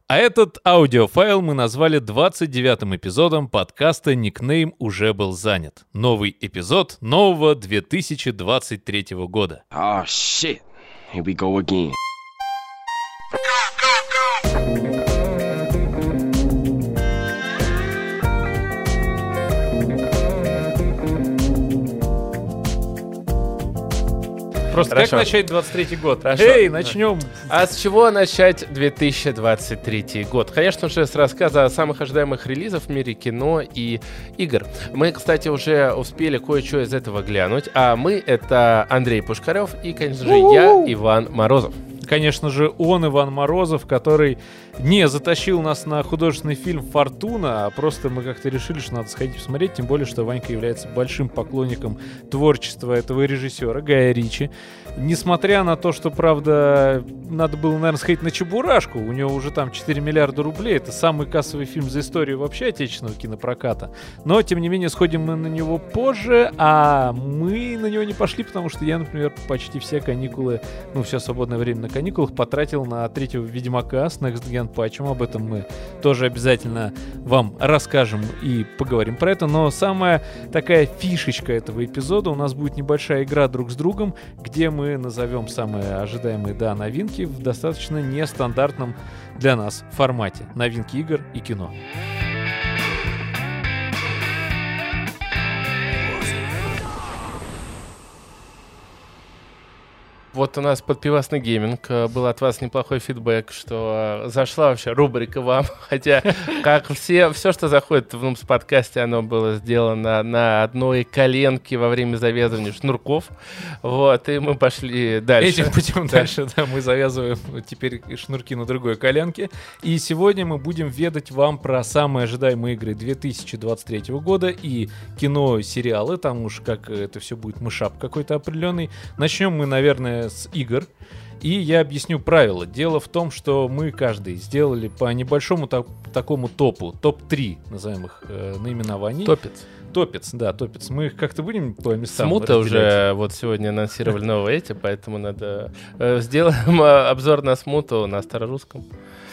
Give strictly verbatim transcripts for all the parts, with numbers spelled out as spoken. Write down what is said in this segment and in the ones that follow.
А этот аудиофайл мы назвали двадцать девятым эпизодом подкаста «Никнейм уже был занят». Новый эпизод нового две тысячи двадцать третьего года. Oh shit, here we go again. Просто Хорошо. как начать двадцать третий год? Хорошо. Эй, начнем. А с чего начать две тысячи двадцать третий год? Конечно же, с рассказа о самых ожидаемых релизах в мире кино и игр. Мы, кстати, уже успели кое-что из этого глянуть. А мы — это Андрей Пушкарев и, конечно же, я, Иван Морозов. Конечно же, он, Иван Морозов, который не затащил нас на художественный фильм «Фортуна», а просто мы как-то решили, что надо сходить посмотреть, тем более, что Ванька является большим поклонником творчества этого режиссера Гая Ричи. Несмотря на то, что, правда, надо было, наверное, сходить на «Чебурашку», у него уже там четыре миллиарда рублей, это самый кассовый фильм за историю вообще отечественного кинопроката. Но, тем не менее, сходим мы на него позже, а мы на него не пошли, потому что я, например, почти все каникулы, ну, все свободное время на каникулах потратил на третьего Ведьмака с Next Gen патчем. Об этом мы тоже обязательно вам расскажем и поговорим про это. Но самая такая фишечка этого эпизода: у нас будет небольшая игра друг с другом, где мы назовем самые ожидаемые, да, новинки в достаточно нестандартном для нас формате. Новинки игр и кино. Вот у нас под пивасный гейминг был от вас неплохой фидбэк, что зашла вообще рубрика вам. Хотя, как все, все, что заходит в Нумс подкасте, оно было сделано на одной коленке во время завязывания шнурков. Вот, и мы пошли дальше. Этим путем Да. дальше, да, мы завязываем теперь шнурки на другой коленке. И сегодня мы будем ведать вам про самые ожидаемые игры две тысячи двадцать третьего года и кино, сериалы, там уж как это все будет мышап какой-то определенный. Начнем мы, наверное, с игр. И я объясню правила. Дело в том, что мы каждый сделали по небольшому та- такому топу, топ три, назовем их, э, наименований. Топец. Топец, да, топец. Мы их как-то будем по местам Смута разделять? уже вот сегодня анонсировали новые эти, поэтому надо э, сделаем э, обзор на смуту на старорусском.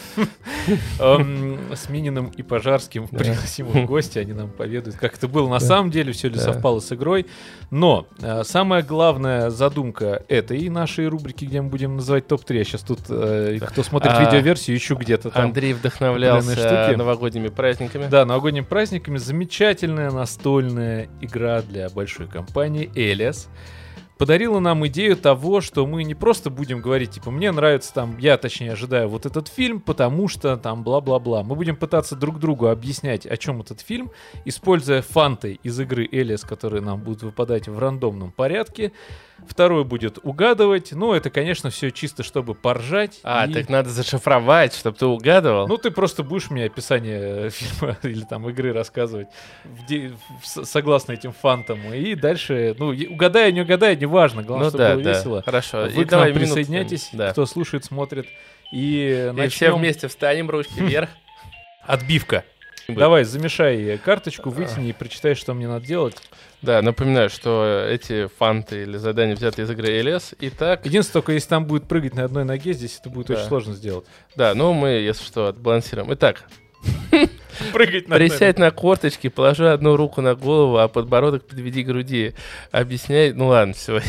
Эм, с Мининым и Пожарским пригласим их в гости, они нам поведают, как это было на самом деле, все ли Да. совпало с игрой. Но э, самая главная задумка этой нашей рубрики, где мы будем называть топ три, я сейчас тут, э, кто смотрит А, видеоверсию, ищу где-то там. Андрей вдохновлялся определенные штуки. новогодними праздниками. Да, новогодними праздниками замечательная настольная игра для большой компании Элиас подарила нам идею того, что мы не просто будем говорить, типа, мне нравится там, я точнее ожидаю вот этот фильм, потому что там бла-бла-бла. Мы будем пытаться друг другу объяснять, о чем этот фильм, используя фанты из игры Элиас, которые нам будут выпадать в рандомном порядке. Второй будет угадывать. Ну, это, конечно, все чисто, чтобы поржать. А, и- так надо зашифровать, чтобы ты угадывал. Ну, ты просто будешь мне описание фильма или там игры рассказывать в де- в с- согласно этим фантам. И дальше, ну, и угадая, не угадая, неважно. Главное, Ну чтобы да, было да. весело. Хорошо. Вы И к давай нам минутку. присоединяйтесь, Да. кто слушает, смотрит. И, И все начнем. вместе встанем, ручки вверх. Отбивка. Давай, замешай карточку, вытяни и прочитай, что мне надо делать. Да, напоминаю, что эти фанты или задания взяты из игры Элиас. Итак, Единственное, только если там будет прыгать на одной ноге, здесь это будет Да. очень сложно сделать. да, ну мы, если что, отбалансируем. Итак, Прыгать на одной присядь на корточки, положи одну руку на голову, а подбородок подведи к груди. Объясняй... Ну ладно, все.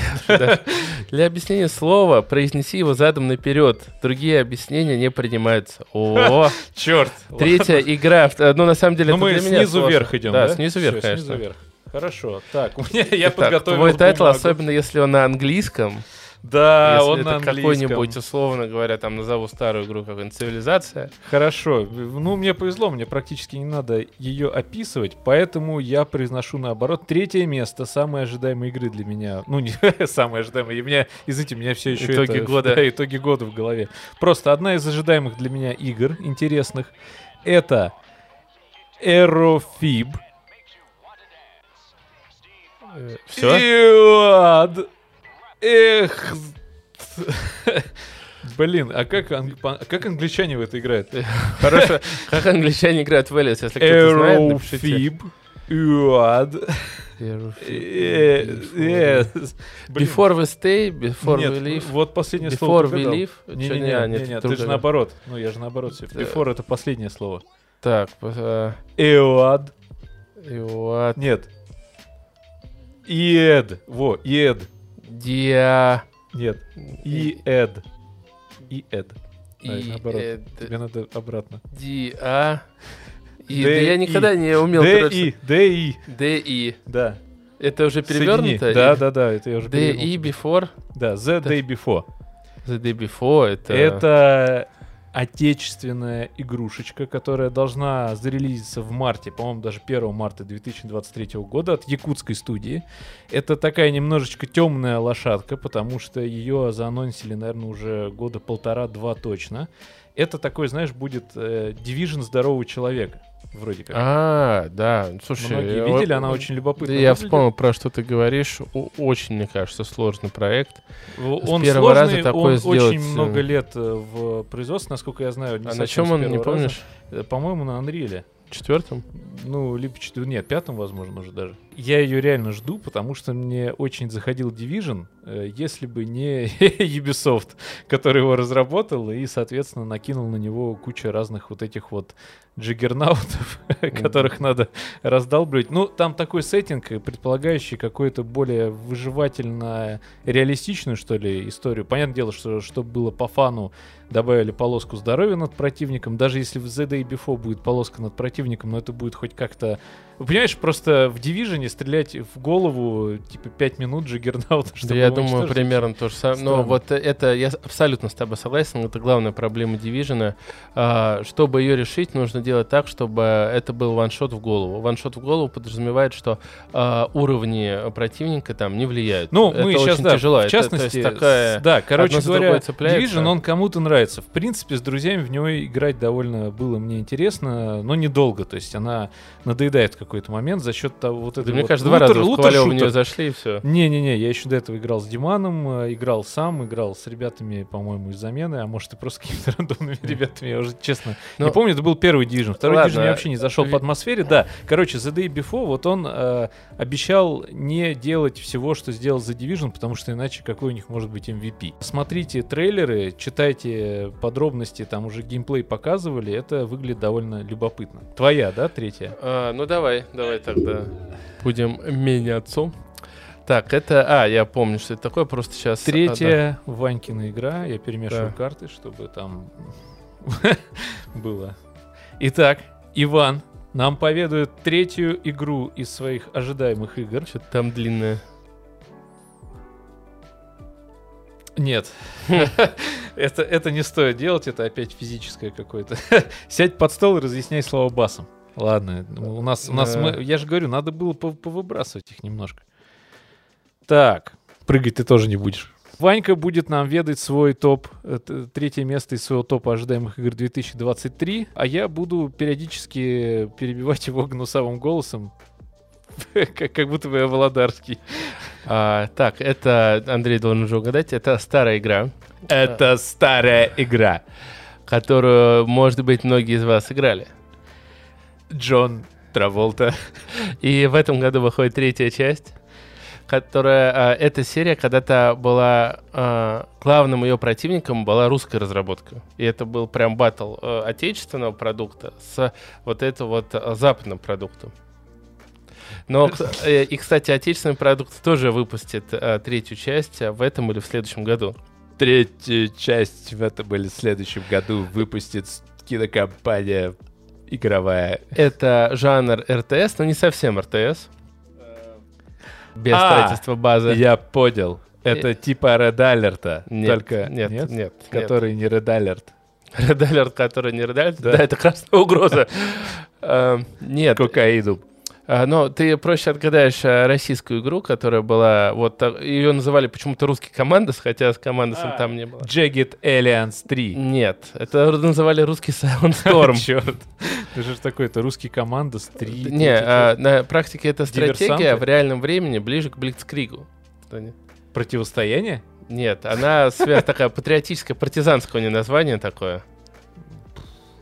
Для объяснения слова произнеси его задом наперед. Другие объяснения не принимаются. О, Черт! третья игра. Ну, на самом деле, Ну, это мы для меня снизу сложно. вверх идем, да? Да, снизу вверх, Всё, конечно. снизу вверх. Хорошо. Так, у меня я Итак, подготовил твой тайтл, бумагу. особенно если он на английском, Да, если он это на английском. какой-нибудь, условно говоря, там назову старую игру какой-нибудь «Цивилизация». Хорошо. Ну, мне повезло, мне практически не надо ее описывать, поэтому я произношу наоборот третье место самой ожидаемой игры для меня. Ну, не самой ожидаемой. И меня, извините, у меня все еще Итоги это, года. да, итоги года в голове. Просто одна из ожидаемых для меня игр интересных — это Aerophib. Все? Иад. Эх. Блин, а как, ан- по- а как англичане в это играют? Хорошо. Как англичане играют в Элис, если кто-то знает, напишите. Aerophib. Иад. Э, э, блин. Before we stay, before Нет, we live. вот последнее слово Before ты we угадал. live. Не, Чё, не, не, не, а, не, нет, не, это ты же другое. наоборот. Ну, я же наоборот. всё. Да. Before — это последнее слово. Так, э, Эоад. и вот. Нет. Иед. Во, иед. Диа. Нет. Иед. Иед. Да, И, наоборот. э, Тебе надо обратно. Диа. И, Д да я И. никогда не умел. Д-И. Д-И. Ди. Да. Это уже Соедини. перевернуто? Да, да, да. Это я уже перевернул. Ди before. Да, the day before. The day before. Это... Это отечественная игрушечка, которая должна зарелизиться в марте, по-моему, даже первого марта две тысячи двадцать третьего года от якутской студии. Это такая немножечко темная лошадка, потому что ее заанонсили, наверное, уже года полтора-два точно. Это такой, знаешь, будет э, Division здорового человека, вроде как. А, да. Слушай, Многие я- видели, она очень любопытна Я выглядит. вспомнил, про что ты говоришь. О- Очень, мне кажется, сложный проект. Он первого раза сложный, такое он сделать, очень э, много лет э, в производстве, насколько я знаю. не А на совсем чем с он, не первого раза. помнишь? Э, По-моему, на Unreal. Четвертом? Ну, либо четвертом, нет, пятом, возможно, уже даже. Я ее реально жду, потому что мне очень заходил Division, э, если бы не Ubisoft, который его разработал и, соответственно, накинул на него кучу разных вот этих вот джиггернаутов, которых надо раздалбливать. Ну, там такой сеттинг, предполагающий какую-то более выживательно-реалистичную, что ли, историю. Понятное дело, что чтобы было по фану, добавили полоску здоровья над противником. Даже если в The Day Before будет полоска над противником, но это будет хоть как-то... Понимаешь, просто в Division стрелять в голову, типа, пять минут джиггернаута, чтобы Да, я его думаю, уничтожить. примерно то же самое. Но Странно. вот это, я абсолютно с тобой согласен, это главная проблема Division. А, чтобы ее решить, нужно делать так, чтобы это был ваншот в голову. Ваншот в голову подразумевает, что а, уровни противника там не влияют. Ну, это мы очень сейчас, да, тяжело. в Это, частности, то есть такая... с- да, короче одно за говоря, другое цепляется. Division, он кому-то нравится. В принципе, с друзьями в него играть довольно было мне интересно, но недолго. То есть она надоедает в какой-то момент за счет того вот Да, этого мне вот кажется, два лутер- раза в Ковалева в лутер-шутер. нее зашли, и все. Не-не-не, я еще до этого играл с Диманом, э, играл сам, играл с ребятами, по-моему, из замены, а может и просто с какими-то рандомными ребятами, я уже честно не Ну, помню, это был первый Division. Второй ладно. Division мне вообще не зашел по атмосфере, да. Короче, The Day Before, вот он э, обещал не делать всего, что сделал The Division, потому что иначе какой у них может быть эм ви пи. Смотрите трейлеры, читайте подробности, там уже геймплей показывали, это выглядит довольно любопытно. Твоя, да, третья? А, ну давай, давай тогда будем меняться. Так, это... А, я помню, что это такое, просто сейчас... Третья Ванькина игра. Я перемешиваю Да. карты, чтобы там было. Итак, Иван нам поведает третью игру из своих ожидаемых игр. Что-то там длинное. Нет. это, это не стоит делать, это опять физическое какое-то. Сядь под стол и разъясняй слова басом. Ладно, у нас, у нас Да. мы, я же говорю, надо было пов- повыбрасывать их немножко. Так, прыгать ты тоже не будешь. Ванька будет нам ведать свой топ, э, т- третье место из своего топа ожидаемых игр две тысячи двадцать три, а я буду периодически перебивать его гнусавым голосом, как, как будто бы я Володарский. А, так, это, Андрей должен уже угадать, это старая игра, Это старая игра. которую, может быть, многие из вас играли. Джон Траволта. И в этом году выходит третья часть, которая... а, эта серия когда-то была... а, главным ее противником была русская разработка. И это был прям баттл а, отечественного продукта с вот это вот а, западным продуктом. Но, к- э, и, кстати, отечественный продукт тоже выпустит а, третью часть а, в этом или в следующем году. Третью часть в этом или в следующем году выпустит кинокомпания игровая. Это жанр эр тэ эс, но не совсем эр тэ эс. Без А, строительства базы. Я понял. Это типа Red Alert, Нет, только нет, нет, нет, который не Red Alert. Red Alert, который не Red Alert, Да. да, это красная угроза. А, Нет, Кокаиду. а, но ты проще отгадаешь а, российскую игру, которая была, вот так- ее называли почему-то русский командос, хотя с командосом А. там не было. Jagged Alliance три. Нет, это называли русский Silent Storm. Черт. Это же такое, это русский командос три. Не, а, на практике это стратегия Диверсанты? в реальном времени ближе к Блицкригу. Что не- Противостояние? Нет, она связь такая патриотическая, партизанское у нее название такое.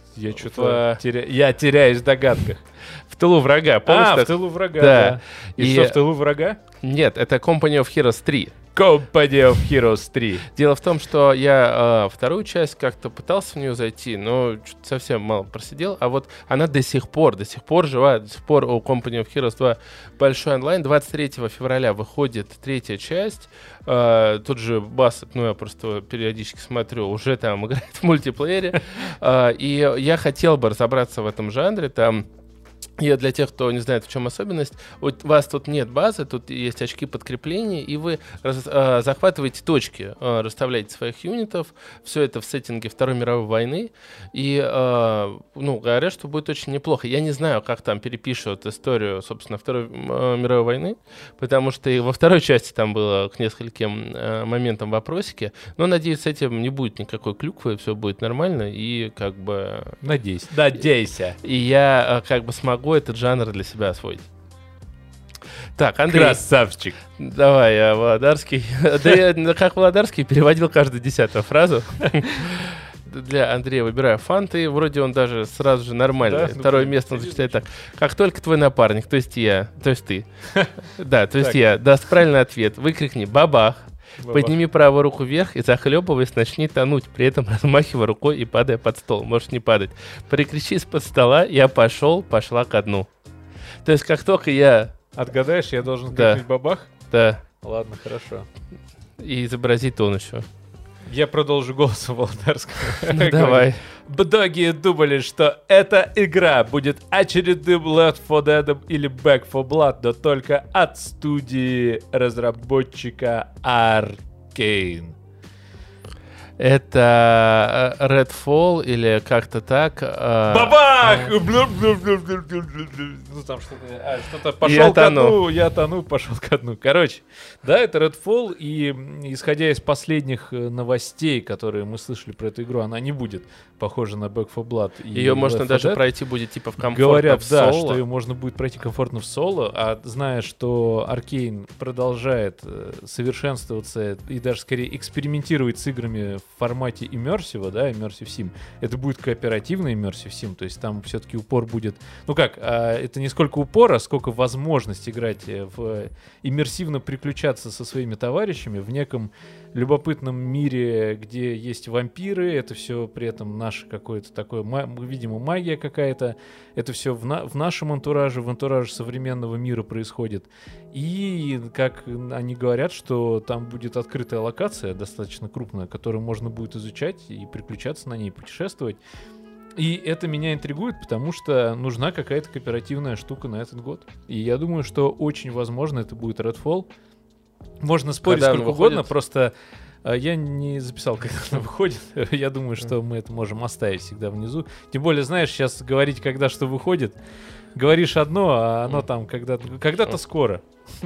Я что-то теря... я теряюсь в догадках. В тылу врага, помнишь? А, так? в тылу врага, Да. да. И, И- что, в тылу врага? Нет, это Company of Heroes три. Company of Heroes три. Дело в том, что я э, вторую часть как-то пытался в нее зайти, но что-то совсем мало просидел. А вот она до сих пор, до сих пор жива, до сих пор у Company of Heroes два большой онлайн. двадцать третьего февраля выходит третья часть. Э, тут же Бассет, ну я просто периодически смотрю, уже там играет в мультиплеере. Э, и я хотел бы разобраться в этом жанре, там... И для тех, кто не знает, в чем особенность, у вас тут нет базы, тут есть очки подкрепления, и вы раз, э, захватываете точки, э, расставляете своих юнитов, все это в сеттинге Второй мировой войны, и, э, ну, говорят, что будет очень неплохо. Я не знаю, как там перепишут историю, собственно, Второй э, мировой войны, потому что и во второй части там было к нескольким э, моментам вопросики, но, надеюсь, с этим не будет никакой клюквы, все будет нормально, и как бы... Надеюсь. Надейся. И я э, как бы смогу этот жанр для себя освоить. Так, Андрей. Красавчик. Давай, я Володарский. Да я как Володарский переводил каждую десятую фразу. Для Андрея выбираю фанты. Вроде он даже сразу же нормальный. Да? Второе Ну, место он зачитает так. Как только твой напарник, то есть я, то есть ты, да, то есть я, даст правильный ответ, выкрикни «бабах». Подними правую руку вверх и, захлебываясь, начни тонуть, при этом размахивая рукой и падая под стол. Можешь не падать. Прикричи из-под стола «я пошел, пошла ко дну». То есть как только я... Отгадаешь, я должен Да. крикнуть бабах? Да, Ладно, хорошо. и изобразить тон еще. Я продолжу голосом Володарского. Ну, давай. Многие думали, что эта игра будет очередным Left four Dead или Back four Blood, но только от студии разработчика Arkane. Это э, Redfall или как-то так. э, Бабах! Ну там что-то, а, что-то пошел Я ко тону. дну, я тону, пошел ко дну. Короче, да, это Redfall, и м, исходя из последних э, новостей, которые мы слышали про эту игру, она не будет похожа на Back four Blood. и Ее можно Left four даже Dead. пройти будет типа в комфортно Говорят, в да, соло. что ее можно будет пройти комфортно в соло, а зная, что Arkane продолжает э, совершенствоваться и даже скорее экспериментировать с играми в формате Immersive, да, Immersive Sim, это будет кооперативный Immersive Sim, то есть там все-таки упор будет, ну как, а, это не сколько упора, сколько возможность играть э, в э, иммерсивно приключаться со своими товарищами в неком любопытном мире, где есть вампиры, это все при этом наше какое-то такое, ма- видимо, магия какая-то, это все в, на- в нашем антураже, в антураже современного мира происходит. И, как они говорят, что там будет открытая локация, достаточно крупная, которую можно будет изучать и приключаться на ней, путешествовать. И это меня интригует, потому что нужна какая-то кооперативная штука на этот год. И я думаю, что очень возможно это будет Redfall. Можно спорить Когда сколько она угодно, выходит? просто э, я не записал, когда она выходит. Я думаю, что мы это можем оставить всегда внизу. Тем более, знаешь, сейчас говорить, когда что выходит, говоришь одно, а оно там когда-то, когда-то скоро.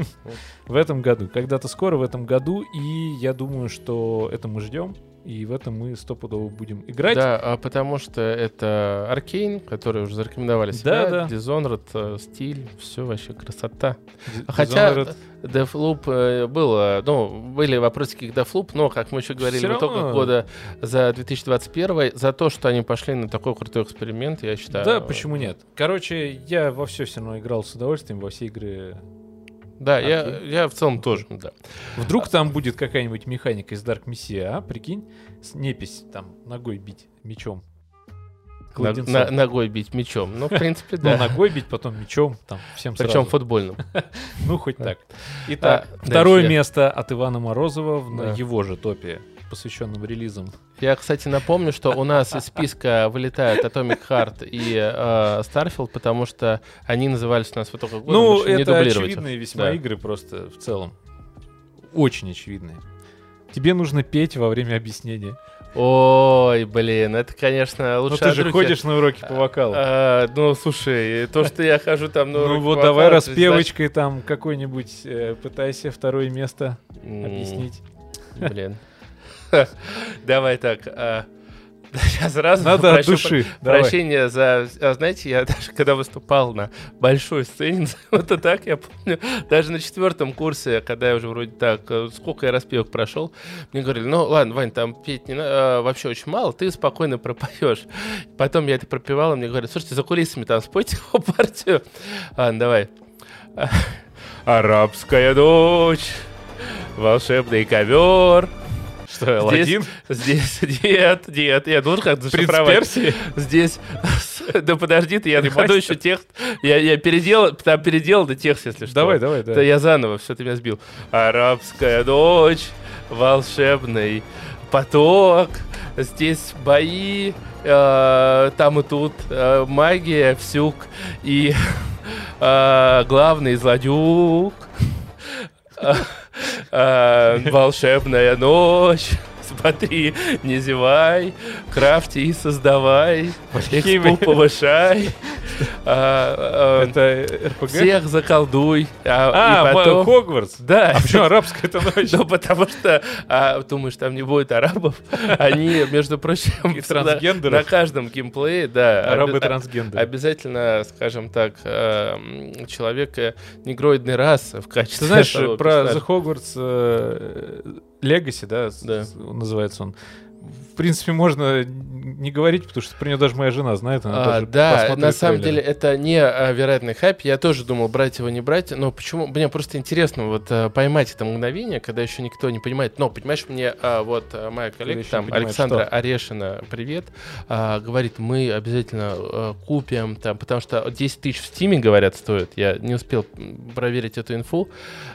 В этом году. Когда-то скоро в этом году. И я думаю, что это мы ждем. И в этом мы стопудово будем играть. Да, а потому что это Arkane, которые уже зарекомендовали себя, Да, да. Dishonored, э, стиль, все вообще красота. Ди- Хотя Dishonored. Deathloop э, было, ну, были вопросики к Deathloop, но, как мы еще говорили, Всё в итогах равно. года за две тысячи двадцать первый, за то, что они пошли на такой крутой эксперимент, я считаю... Да, почему нет? Короче, я во все все равно играл с удовольствием, во все игры. Да, я, Окей. я в целом тоже, да. Вдруг там будет какая-нибудь механика из Dark Messiah, а? Прикинь, с непись там ногой бить мечом. На- Кладенцом. на- ногой бить мечом. Ну, в принципе, Ну, да. ногой бить, потом мечом, там, всем Причем сразу. футбольным. Ну, хоть так. Итак, А, второе дальше я. место от Ивана Морозова в- на Да. его же топе, посвященном релизам. Я, кстати, напомню, что у нас из списка вылетают Atomic Heart и э, Starfield, потому что они назывались у нас в итогах года. Ну, мы решили не это дублировать их. очевидные весьма Да. игры просто в целом. Очень очевидные. Тебе нужно петь во время объяснения. Ой, блин, это, конечно, лучше Ну, ты же Андрюхе. ходишь на уроки по вокалу. А, ну, слушай, то, что я хожу там на Ну уроки вот по давай вокалу, это распевочкой там какой-нибудь э, пытайся второе место значит, м, объяснить. Блин. Давай так. а, Сейчас сразу Надо от прошу души. про- прощения за... а, знаете, я даже когда выступал на большой сцене, вот и так, я помню, даже на четвертом курсе, когда я уже вроде так, э, сколько я распевок прошел, мне говорили, ну ладно, Вань, там петь не на- а, вообще очень мало, ты спокойно пропоешь. Потом я это пропевал, и мне говорят, слушайте, за кулисами там спойте его партию. Ладно, давай. Арабская дочь, волшебный ковер. Что, Аладдин? Здесь, здесь, нет, нет, я должен как-то Принц зашифровать. Персии? Здесь, да подожди ты, я найду еще текст, я, я переделал, там переделал да текст, если что. Давай, давай, Да да. я заново, все, ты меня сбил. Арабская дочь, волшебный поток, здесь бои, э, там и тут, э, магия, всюк, и э, главный злодюк. А, волшебная ночь. Смотри, не зевай, крафти и создавай, экспу повышай, а, а, Это эр пэ гэ? всех заколдуй. А, А, и потом... Хогвартс? Да. А почему арабская это ночь? Ну, потому что, а, думаешь, там не будет арабов. Они, между прочим, И всегда трансгендеров. на каждом геймплее, да. Арабы оби- трансгендеры. Обязательно, скажем так, э, м, человека негроидной расы в качестве. Ты знаешь, того про персонажа. The Hogwarts э, Legacy, да, с- Да. с- называется он. В принципе, можно не говорить, потому что про него даже моя жена знает. Она А, даже да, посмотрит на самом трейлеры. деле это не а, вероятный хайп. Я тоже думал, брать его, не брать. Но почему? Мне просто интересно вот а, поймать это мгновение, когда еще никто не понимает. Но, понимаешь, мне а, вот а, моя коллега, еще не там, понимает, Александра что? Орешина, привет, а, говорит, мы обязательно а, купим, там, потому что десять тысяч в Стиме, говорят, стоит. Я не успел м, проверить эту инфу.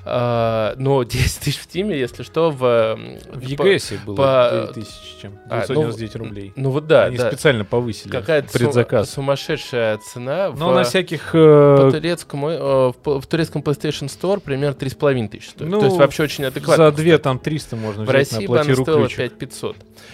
А, но десять тысяч в Стиме, если что, в... м, В по- и джи эс было по- девять тысяч чем. А, девятьсот девяносто девять рублей. Ну вот да, Они да. специально повысили Какая-то предзаказ. су- сумасшедшая цена. Но в- на всяких... По э, турецкому, э, в, по- в турецком PlayStation Store примерно три с половиной тысячи стоит. Ну, То есть вообще очень адекватно. за две там триста можно В взять России на бы она платиру стоила ключик. пять тысяч пятьсот.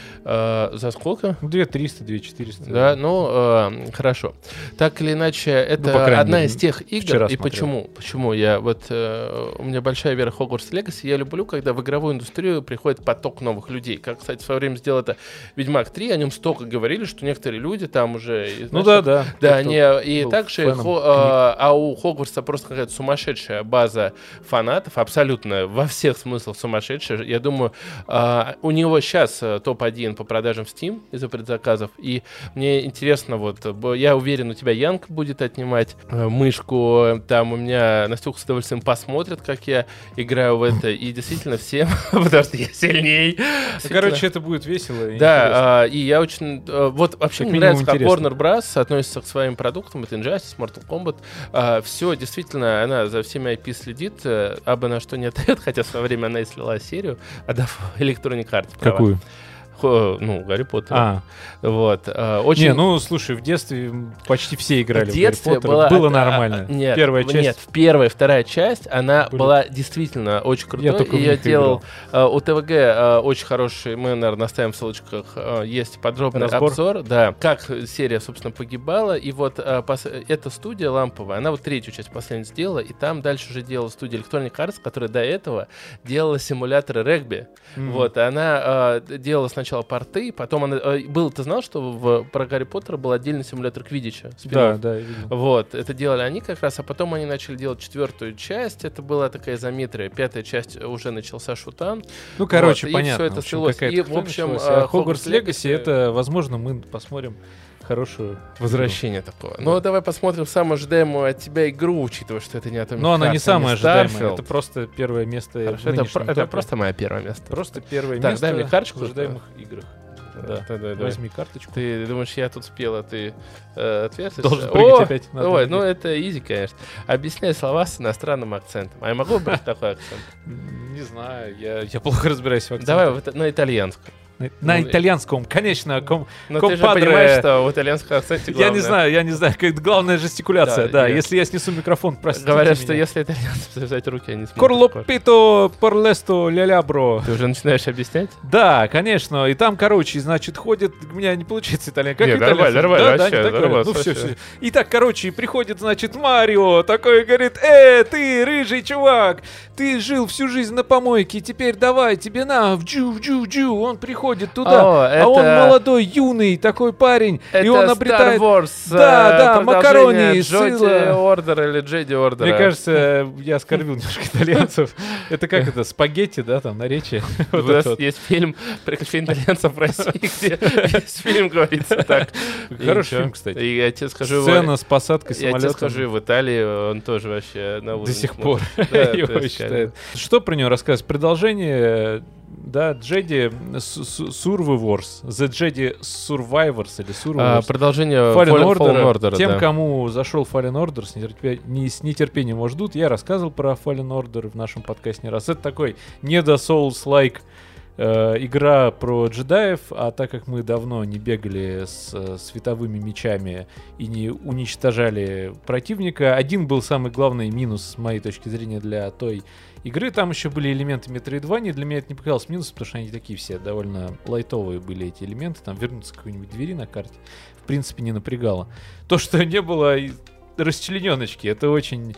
Э, за сколько? две триста, две четыреста. Да, ну, э, хорошо. Так или иначе, это Ну, по крайней одна мере, из тех игр. вчера И смотрел. почему? Почему я вот... э, у меня большая вера в Hogwarts Legacy. Я люблю, когда в игровую индустрию приходит поток новых людей. Как, кстати, в свое время сделал это Ведьмак три. О нем столько говорили, что некоторые люди там уже... и, Ну знаешь, да, да. Да, Кто они и был также, фэном хо- а, а у Хогвартса просто какая-то сумасшедшая база фанатов, абсолютно во всех смыслах сумасшедшая. Я думаю, а, у него сейчас топ один по продажам в Steam из-за предзаказов, и мне интересно, вот, бо- я уверен, у тебя Янг будет отнимать э, мышку, там у меня Настюха с удовольствием посмотрит, как я играю в это, и действительно всем, потому что я сильней. Ну, короче, это будет весело и интересно. Да, а, и я очень... а, вот вообще Как мне минимум нравится, как интересно. Warner Bros. Относится к своим продуктам. Это Injustice, Mortal Kombat. все, действительно, она за всеми ай пи следит, э, абы на что не отдает, хотя в свое время она и слила серию, отдав Electronic Arts права. Какую? Хо- ну, Гарри Поттер. А, Вот. а, очень... не, ну слушай, в детстве почти все играли в в, детстве Гарри Поттера. была... Было а, нормально. а, нет, Первая часть. Нет, в первая, вторая часть она Были. была действительно очень крутой. только в и я них делал а, у ТВГ а, очень хороший, мы, наверное, оставим в ссылочках, а, есть подробный Разбор? обзор, да, как серия, собственно, погибала. И вот а, пос- эта студия ламповая, она вот третью часть последнюю сделала, и там дальше уже делала студия Electronic Arts, которая до этого делала симуляторы регби. Мгм. Вот, и она а, делала сначала порты, потом она... а, был, ты знал, что в, про Гарри Поттера был отдельный симулятор квиддича? Да, Спин-офф? да, я видел. Вот, это делали они как раз, а потом они начали делать четвертую часть, это была такая изометрия, пятая часть уже начался шутан. Ну, короче, Вот, и понятно. всё это в общем, слилось. какая-то И, в хрень общем, началась. а, А Hogwarts Hogwarts Legacy, Legacy- это, возможно, мы посмотрим хорошую Возвращение такого. Ну, давай посмотрим самую ожидаемую от тебя игру, учитывая, что это не Atomic Но она не Heart, самая ожидаемая, Starfield. это просто первое место Хорошо, в это, нынешнем про- это топе. просто мое первое место. Просто первое Так, место дай мне карточку. в ожидаемых играх. Да. Да, да, да. Возьми карточку. Ты думаешь, я тут спел, а ты э, отвертишься? Должен О! прыгать опять. Надо Ой, прыгать. ну это изи, конечно. Объясняй слова с иностранным акцентом. А я могу брать такой акцент? Не знаю, я, я плохо разбираюсь в акцентах. Давай вот на итальянском. На, на Ну, итальянском, конечно. Ком, Но ты же компадре. понимаешь, что в итальянском акценте Я главное. не знаю, я не знаю. Как, главная жестикуляция, Да, да. я- Если я снесу микрофон, простите Говорят, что меня. если итальянцам связать руки, они смогут. Корло такое. пито порлесто ля-ля, бро. Ты уже начинаешь объяснять? Да, конечно. И там, короче, значит, ходит... У меня не получается итальян. Как Не, итальянцы? нормально, нормально, Да, да, вообще, они так нормально, говорят. Ну, все, вообще. все. И так, короче, приходит, значит, Марио, такой говорит: э, ты, рыжий чувак, ты жил всю жизнь на помойке, теперь давай, тебе на, в джу, в джу, в джу. Он приходит приходит туда, О, а это- он молодой, юный такой парень, Это и он обретает... Star Wars, Да, э, да, макарони, продолжение Джоди сыла. Ордера или Джеди Ордера. Мне кажется, я оскорбил немножко итальянцев. Это как это, спагетти, да, там, наречие? У Вот нас это вот. есть фильм «Приключения итальянцев в России», где весь фильм говорится так. Хороший И фильм, чё? кстати. И я тебе скажу, Сцена с посадкой я тебе самолета. скажу, в Италии он тоже вообще на уровне До сих пор смотрит. Да, его то есть, считают. Что про него рассказывать? Продолжение, да, Jedi Survivor Wars, The Jedi Survivors или а, Survivors. продолжение Fallen Fallen, Order. Fallen Order, Тем, да. кому зашел Fallen Order, с, нетерпе- не- с нетерпением его ждут. Я рассказывал про Fallen Order в нашем подкасте не раз. Это такой не до Souls-like э, игра про джедаев, а так как мы давно не бегали с э, световыми мечами и не уничтожали противника, один был самый главный минус, с моей точки зрения, для той игры. Там еще были элементы Metroidvania, для меня это не показалось минусом, потому что они такие все довольно лайтовые были, эти элементы. Там вернуться к какой-нибудь двери на карте, в принципе, не напрягало. То, что не было и расчлененочки, это очень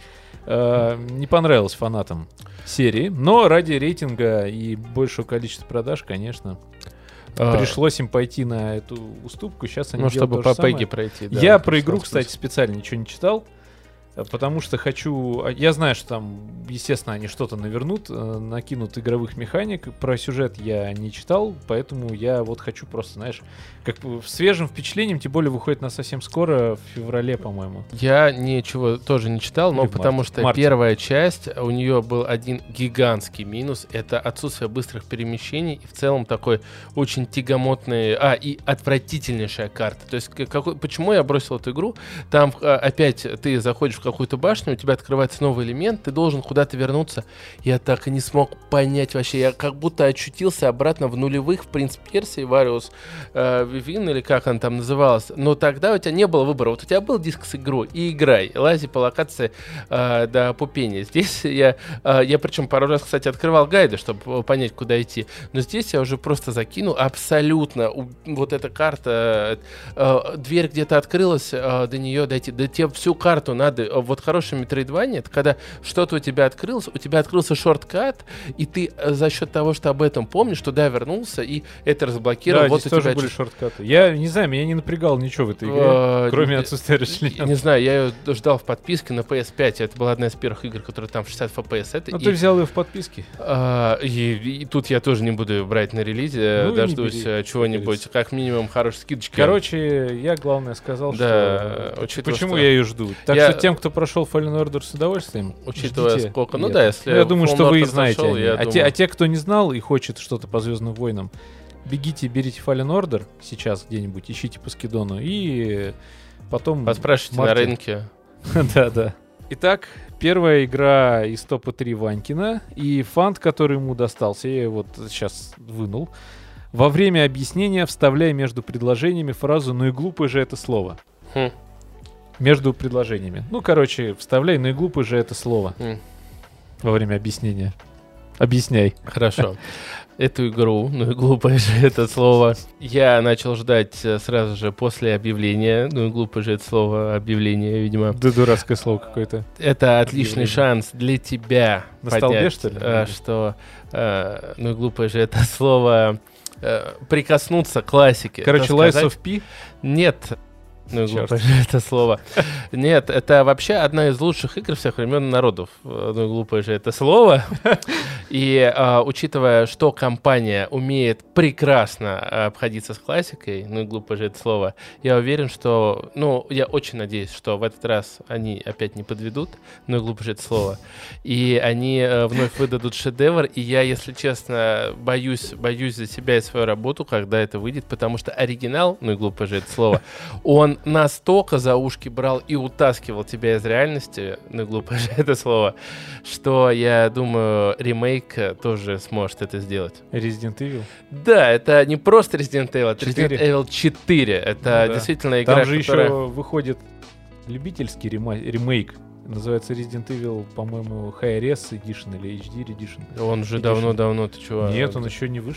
э, не понравилось фанатам серии. Но ради рейтинга и большего количества продаж, конечно, А, пришлось им пойти на эту уступку. Сейчас они Ну, делают чтобы то по же самое. пеги пройти. да, Я в про игру, том кстати, смысле. специально ничего не читал, э, потому что хочу... а, Я знаю, что там, естественно, они что-то навернут, э, накинут игровых механик. Про сюжет я не читал, поэтому я вот хочу просто, знаешь, как бы свежим впечатлением, тем более выходит на совсем скоро, в феврале, по-моему. Я ничего тоже не читал, но Или в потому марте. что Марте. первая часть, у нее был один гигантский минус. Это отсутствие быстрых перемещений и в целом такой очень тягомотный... А, и отвратительнейшая карта. То есть к- какой, почему я бросил эту игру? Там а, опять ты заходишь в какую-то башню, у тебя открывается новый элемент, ты должен куда-то вернуться. Я так и не смог понять вообще. Я как будто очутился обратно в нулевых в «Принц Персии», Вариус э, Вивин, или как она там называлась. Но тогда у тебя не было выбора. Вот у тебя был диск с игрой, и играй. Лази по локации э, до пупения. Здесь я, э, я причем пару раз, кстати, открывал гайды, чтобы понять, куда идти. Но здесь я уже просто закинул абсолютно. У- вот эта карта, э, э, дверь где-то открылась, э, до нее дойти. Да тебе всю карту надо. Э, Вот хорошее метроидвание, это когда что-то у тебя открылось, у тебя открылся шорткат, и ты э, за счет того, что об этом помнишь, туда вернулся, и это разблокировал. Да, вот здесь у тоже тебя были чуть- шорткаты. Я не знаю, меня не напрягало ничего в этой игре, Э, кроме не- отсутствия Я расчлененки. не знаю, я ее ждал в подписке на пи эс пять. Это была одна из первых игр, которая там в шестьдесят эф пи эс. Это Ну, и, ты взял ее в подписке. а, и, и тут я тоже не буду её брать на релизе. Ну и не Дождусь бери, э, как чего-нибудь, говорится. как минимум хорошей скидочки. Короче, я главное сказал, Да, что учитывая, почему что- я ее жду. Так Я- что тем, кто прошел Fallen Order с удовольствием, Учитывая ждите сколько... Ну и да, это. если Ну, я думаю, Fallen что вы и Order знаете. зашел, о ней. я а, те, думаю- а те, кто не знал и хочет что-то по Звездным войнам, бегите, берите Fallen Order сейчас где-нибудь, ищите по скидону и потом... Поспрашивайте на марте- рынке. Да, да. Итак, первая игра из топа три Ванькина. И фант, который ему достался, я его вот сейчас вынул. Во время объяснения вставляй между предложениями фразу «ну и глупое же это слово». Хм. Между предложениями. Ну, короче, вставляй «ну и глупое же это слово» М. во время объяснения. Объясняй. Хорошо. Эту игру, ну и глупое же это слово, я начал ждать э, сразу же после объявления. Ну и глупое же это слово, объявление, видимо. Да дурацкое слово какое-то. Это отличный Объявление. шанс для тебя На понять, столбе, что ли? э, что, э, ну и глупое же это слово, э, прикоснуться к классике. Короче, так Lies сказать. of P. Нет. Ну и Чёрт. глупое же это слово. Нет, это вообще одна из лучших игр всех времен и народов. Э, Ну и глупое же это слово. И а, учитывая, что компания умеет прекрасно а, обходиться с классикой, ну и глупо же это слово, я уверен, что, ну, я очень надеюсь, что в этот раз они опять не подведут, ну и глупо же это слово, и они а, вновь выдадут шедевр, и я, если честно, боюсь, боюсь за себя и свою работу, когда это выйдет, потому что оригинал, ну и глупо же это слово, он настолько за ушки брал и утаскивал тебя из реальности, ну и глупо же это слово, что я думаю, ремейк тоже сможет это сделать. Resident Evil. Да, это не просто Resident Evil, это Четыре. Resident Evil четыре. Это Ну да. действительно игра, Там же которая... еще выходит любительский рема- ремейк. Называется Resident Evil, по-моему, High Res Edition или эйч ди Edition. Он уже Edition. давно-давно, ты чего? Нет, он еще не вышел.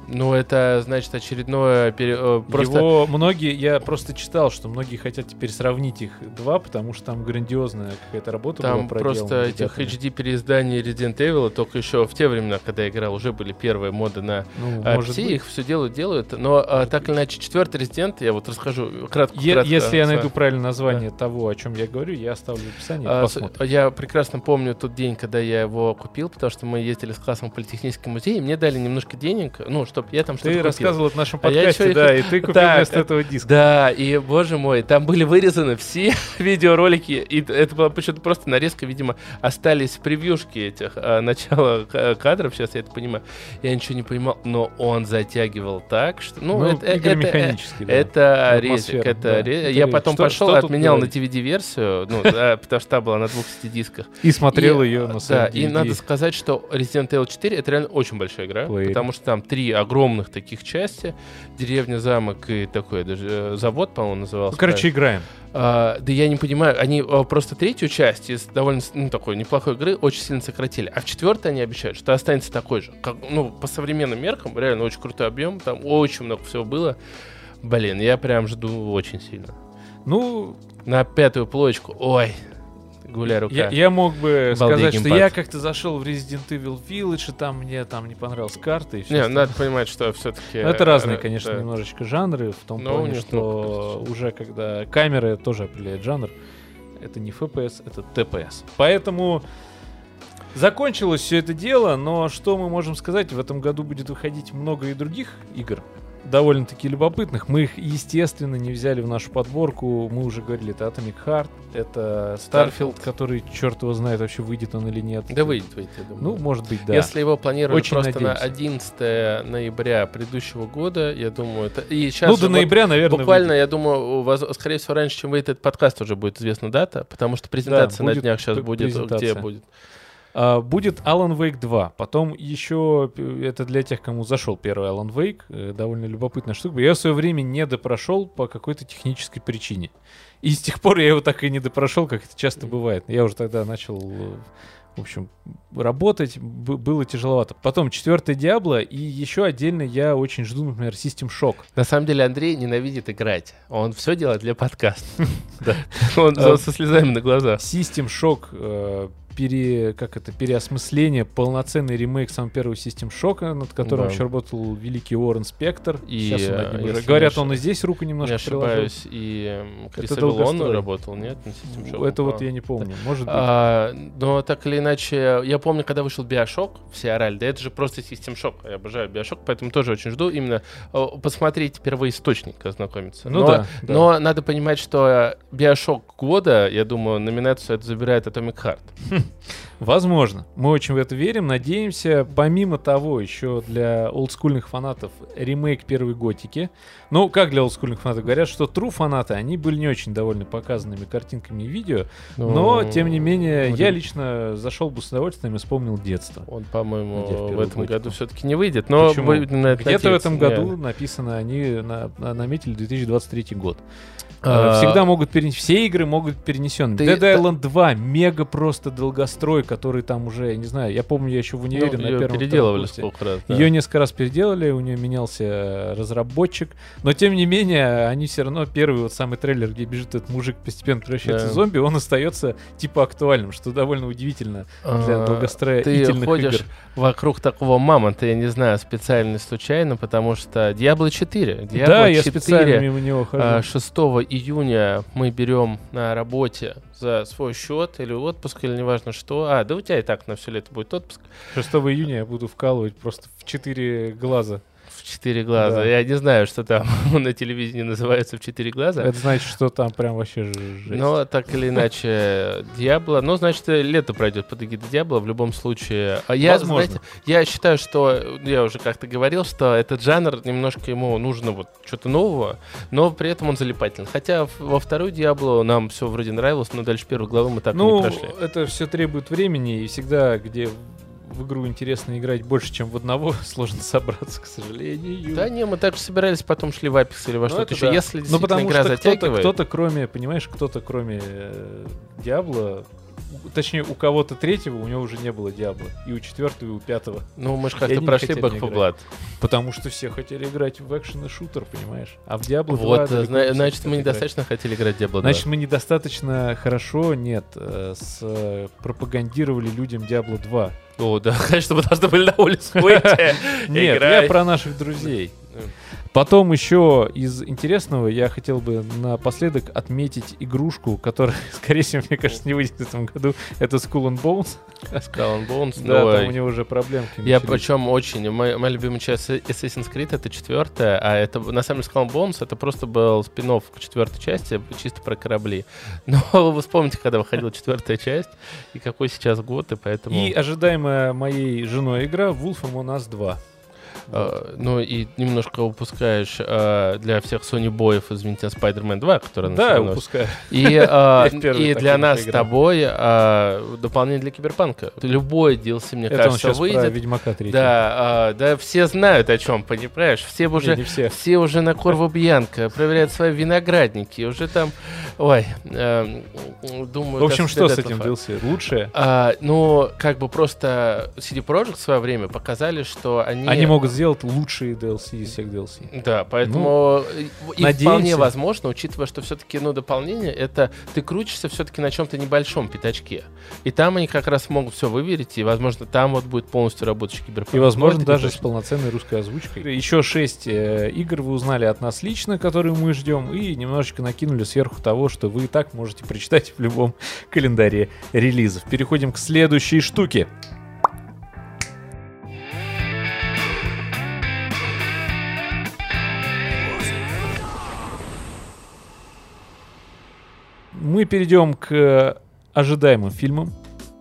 Ну, это, значит, очередное... Пере... Просто... Его многие... Я просто читал, что многие хотят теперь сравнить их два, потому что там грандиозная какая-то работа была Там проделана. просто этих эйч ди-переизданий Resident Evil, только еще в те времена, когда я играл, уже были первые моды на Ну, а, может все быть. их все делают, делают. Но а, так или иначе, четвертый Resident, я вот расскажу кратко. Е- кратко Если я с- найду правильное название того, о чем я говорю, я оставлю в описании. А, с- посмотрим. Я прекрасно помню тот день, когда я его купил, потому что мы ездили с классом в Политехнический музей, и мне дали немножко денег, ну, чтобы я там что-то Ты купил. рассказывал в нашем А я подкасте, ещё их- да, и ты купил Так, вместо этого диск. Да, и, боже мой, там были вырезаны все видеоролики, и это была почему-то просто нарезка, видимо, остались превьюшки этих а, начала к- кадров, сейчас я это понимаю. Я ничего не понимал, но он затягивал так, что... Ну, Ну, это, игры это, механические, да. это резик, Атмосфера, это да. ре- Это Я резик. потом Что- пошел, что тут отменял на говорить? ди ви ди-версию, ну, да, потому что та была на двух дисках. И смотрел И, ее на Да, своем и ди ви ди. надо сказать, что Resident Evil четыре это реально очень большая игра, Плеер. потому что там три огромных таких части: деревня, замок и такой даже э, завод, по-моему, назывался. Ну, короче, играем. А, да я не понимаю, они а, просто третью часть из довольно с- ну, такой неплохой игры очень сильно сократили, а в четвертой они обещают, что останется такой же. Как, ну, по современным меркам, реально очень крутой объем, там очень много всего было. Блин, я прям жду очень сильно. Ну, На пятую плоечку, ой, гуляй рука. я, я мог бы Балдей сказать, что геймпад. я как-то зашел в Resident Evil Village, и там мне там не понравилась карта и все. Не, надо понимать, что все-таки... Это разные, конечно, немножечко жанры, в том Но у плане, них что много уже когда камера тоже определяет жанр, это не эф пи эс, это ти пи эс. Поэтому закончилось все это дело, но что мы можем сказать? В этом году будет выходить много и других игр, довольно-таки любопытных. Мы их, естественно, не взяли в нашу подборку. Мы уже говорили, это Atomic Heart, это Starfield, Starfield. который, черт его знает, вообще выйдет он или нет. Да выйдет, выйдет, я думаю. Ну, может быть, да. Если его планировали Очень просто надеемся. на одиннадцатое ноября предыдущего года, я думаю, это... И сейчас ну, же до вот ноября, наверное, буквально, выйдет. я думаю, у вас, скорее всего, раньше, чем выйдет этот подкаст, уже будет известна дата, потому что презентация будет на днях сейчас п- будет. Где презентация. будет? А, будет Alan Wake два. Потом еще, п- это для тех, кому зашел первый Alan Wake, э, довольно любопытная штука. Я в свое время не допрошел по какой-то технической причине. И с тех пор я его так и не допрошел, как это часто бывает. Я уже тогда начал, э, в общем, работать. Б- было тяжеловато. Потом четвертый Диабло. И еще отдельно я очень жду, например, System Shock. На самом деле Андрей ненавидит играть. Он все делает для подкаста. Да. Он А, со слезами на глазах. System Shock, э, пере, как это, переосмысление, полноценный ремейк самого первого System Shock, над которым Да. еще работал великий Уоррен Спектр. И, Сейчас он над ним э, уже- если Говорят, не он и здесь руку немножко Не приложил. ошибаюсь, и эм, Крис Это Авилон долгострой. работал, нет? на System Shock? Это вот А. я не помню, может быть. А, но так или иначе, я помню, когда вышел Bioshock, все орали, да это же просто System Shock. Я обожаю Bioshock, поэтому тоже очень жду именно э, посмотреть первоисточник, ознакомиться. Ну но, да, да. но надо понимать, что Bioshock года, я думаю, номинацию это забирает Atomic Heart. Возможно. Мы очень в это верим, надеемся. Помимо того, еще для олдскульных фанатов ремейк первой Готики. Ну, как для олдскульных фанатов? Говорят, что true фанаты, они были не очень довольны показанными картинками и видео. Но, Ну, тем не менее, ну, я рем- лично зашел бы с удовольствием и вспомнил детство. Он, по-моему, Где в в первую этом Готику? году все-таки не выйдет, но Почему? будем на это Где-то в этом надеяться, году реально. написано, они на- на- наметили две тысячи двадцать третий год. А, Э, Всегда могут перенести, все игры могут перенесены. Ты- Dead та- Island два, мега просто долгострой, который там уже, я не знаю, я помню, я еще в универе Ну, на её первом переделывали курсе. сколько раз. да. Ее несколько раз переделали, у нее менялся э, разработчик, но тем не менее, они все равно, первый вот самый трейлер, где бежит этот мужик, постепенно превращается Да. в зомби, он остается типа актуальным, что довольно удивительно для А, долгостроительных Ты ходишь игр. вокруг такого мамонта, я не знаю, специально или случайно, потому что Diablo четыре. Diablo Да, я четыре, специально мимо него хожу. а, шестого июня мы берем на работе за свой счет или отпуск, или неважно что. А, да у тебя и так на все лето будет отпуск. шестого июня я буду вкалывать просто в четыре глаза. В четыре глаза. Да. Я не знаю, что там на телевидении называется в четыре глаза. Это значит, что там прям вообще ж- жесть. Но так или иначе, Диабло, ну, значит, лето пройдет под эгидой Диабло в любом случае. А я, Возможно. знаете, я считаю, что, я уже как-то говорил, что этот жанр, немножко ему нужно вот что-то нового, но при этом он залипательный. Хотя в- во вторую Диабло нам все вроде нравилось, но дальше первой главы мы так и Ну, не прошли. это все требует времени, и всегда, где в игру интересно играть больше, чем в одного, сложно собраться, к сожалению. Да не, мы также собирались, потом шли в Apex или во Ну, что-то это еще. да. Если Ну, действительно потому игра что кто-то, затягивает... кто-то, кроме, понимаешь, кто-то, кроме э, Диабло, точнее, у кого-то третьего у него уже не было Диабло. И у четвертого, и у пятого. Ну, мы же И как-то они прошли хотели Back не four играть. Blood. Потому что все хотели играть в экшен и шутер, понимаешь? А в Diablo Вот, два... э, зна- значит, мы недостаточно хотели играть в Diablo два. Значит, мы недостаточно хорошо, нет, э, с, э, пропагандировали людям Diablo два. О, да, конечно, мы должны были на улицу выйти. Нет, Играй. я про наших друзей. Потом еще из интересного я хотел бы напоследок отметить игрушку, которая, скорее всего, мне кажется, не выйдет в этом году. Это Skull and Bones. Skull and Bones, Да, но там у него уже проблемки я начались. причем очень... Моя, моя любимая часть Assassin's Creed — это четвертая, а это, на самом деле, Skull and Bones — это просто был спин-офф к четвертой части, чисто про корабли. Но вы вспомните, когда выходила четвертая часть, и какой сейчас год, и поэтому... И ожидаемая моей женой игра Wolf Among Us два. Uh, ну и немножко упускаешь uh, для всех Sony боев, извините, Spider-Man два, который на Да, себя носит. упускаю. И, uh, Я в первый и так для и не нас с поиграл. тобой uh, дополнение для Киберпанка. Любой ди эл си, мне Это он кажется, сейчас про выйдет. Ведьмака третьего. Да, uh, да, все знают, о чем, понимаешь? Все Не, уже, не все. все уже на Корво Бьянко проверяют свои виноградники, уже там, ой, э, думаю... В общем, до что с этого этим фа- ди эл си? Лучшее? А, ну, как бы просто си ди Projekt в свое время показали, что они... Они могут сделать лучшие ди эл си из всех ди эл си. Да, поэтому и надеемся. вполне возможно, учитывая, что все-таки, ну, дополнение, это ты крутишься все-таки на чем-то небольшом пятачке. И там они как раз могут все выверить, и, возможно, там вот будет полностью работающий Киберпанк. И, возможно, Вот, даже это с полноценной русской озвучкой. Еще шесть э, игр вы узнали от нас лично, которые мы ждем, и немножечко накинули сверху того, что вы и так можете прочитать в любом календаре релизов. Переходим к следующей штуке. Мы перейдем к ожидаемым фильмам.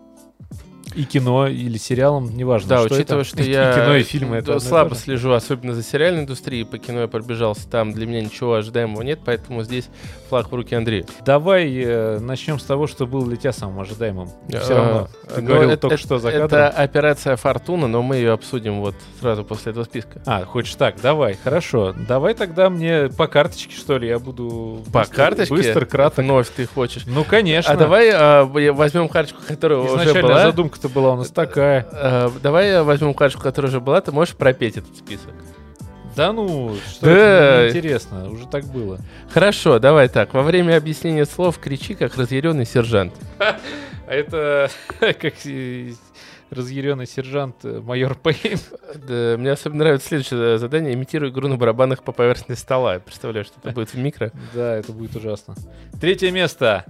И кино, или сериалам, неважно, Да, что учитывая, это. что И я кино, и фильмы, это да, одно и слабо то же. слежу, особенно за сериальной индустрией, по кино я пробежался, там для меня ничего ожидаемого нет, поэтому здесь флаг в руки Андрея. Давай э, начнем с того, что было для тебя самым ожидаемым. Все А, равно. Ты ну, говорил это- только это- что за Это кадром. операция «Фортуна», но мы ее обсудим вот сразу после этого списка. А, хочешь так, давай, хорошо. Давай тогда мне по карточке, что ли, я буду... По быстро- карточке? Быстро, кратко. Вновь ты хочешь. Ну, конечно. А давай а, возьмем карточку, которая уже Изначально была. задумка-то была у нас такая. А, давай возьмем карточку, которая уже была, ты можешь пропеть этот список. Да ну, что Да. это неинтересно, уже так было. Хорошо, давай так. Во время объяснения слов кричи, как разъяренный сержант. А это как э, разъяренный сержант э, майор Пейн. Да, мне особенно нравится следующее задание. Имитируй игру на барабанах по поверхности стола. Я представляю, что это будет в микро. Да, это будет ужасно. Третье место.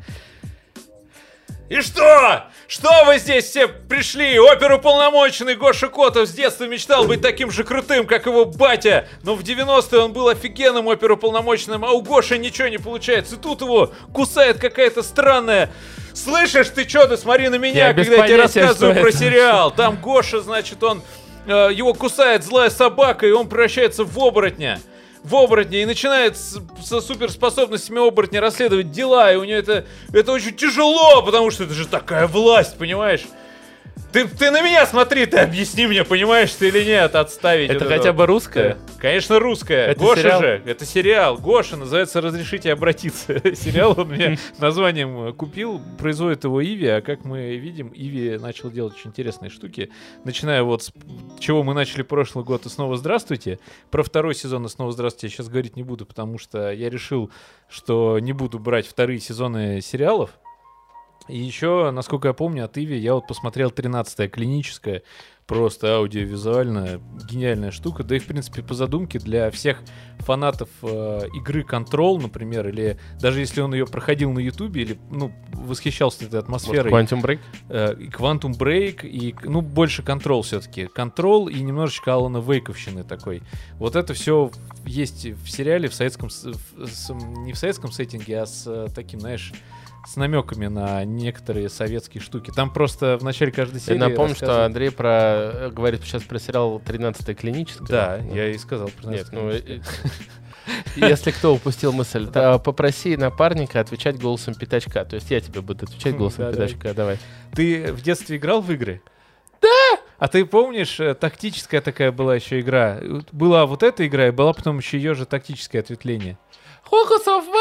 И что? Что вы здесь все пришли? Оперуполномоченный Гоша Котов с детства мечтал быть таким же крутым, как его батя. Но в девяностые он был офигенным оперуполномоченным, а у Гоши ничего не получается. И тут его кусает какая-то странная... Слышишь, ты что, ты смотри на меня, Я без когда я тебе понятия, рассказываю что про это. сериал. Там Гоша, значит, он... э, его кусает злая собака, и он превращается в оборотня. В оборотне и начинает с, со суперспособностями оборотня расследовать дела, и у нее это, это очень тяжело, потому что это же такая власть, понимаешь? Ты, ты на меня смотри, ты объясни мне, понимаешь ты или нет, отставить. Это вот хотя вот. бы русское? Конечно, русская. Это Гоша сериал? же, это сериал. Гоша, называется «Разрешите обратиться». Сериал он мне названием купил, производит его Иви, а как мы видим, Иви начал делать очень интересные штуки. Начиная вот с чего мы начали прошлый год, и снова здравствуйте. Про второй сезон и снова здравствуйте я сейчас говорить не буду, потому что я решил, что не буду брать вторые сезоны сериалов. И еще, насколько я помню, от Иви я вот посмотрел тринадцатая клиническая, просто аудиовизуальная, гениальная штука. Да и, в принципе, по задумке для всех фанатов э, игры Control, например, или даже если он ее проходил на Ютубе, или, ну, восхищался этой атмосферой. Вот Quantum Break? Э, и Quantum Break, и, ну, больше Control все-таки. Control и немножечко Алана Вейковщины такой. Вот это все есть в сериале в советском... с- в- с- не в советском сеттинге, а с э, таким, знаешь... с намеками на некоторые советские штуки. Там просто в начале каждой Я серии напомню, что рассказывают- Андрей про... говорит сейчас про сериал «тринадцатая клиническая». Да, Ну, я и сказал. про Нет, нас. ну... э, Если кто упустил мысль, то попроси напарника отвечать голосом пятачка. То есть я тебе буду отвечать голосом Да, давай. пятачка. Давай. Ты в детстве играл в игры? Да! А ты помнишь, э, тактическая такая была еще игра? Вот была вот эта игра, и была потом еще ее же тактическое ответвление. Focus of War?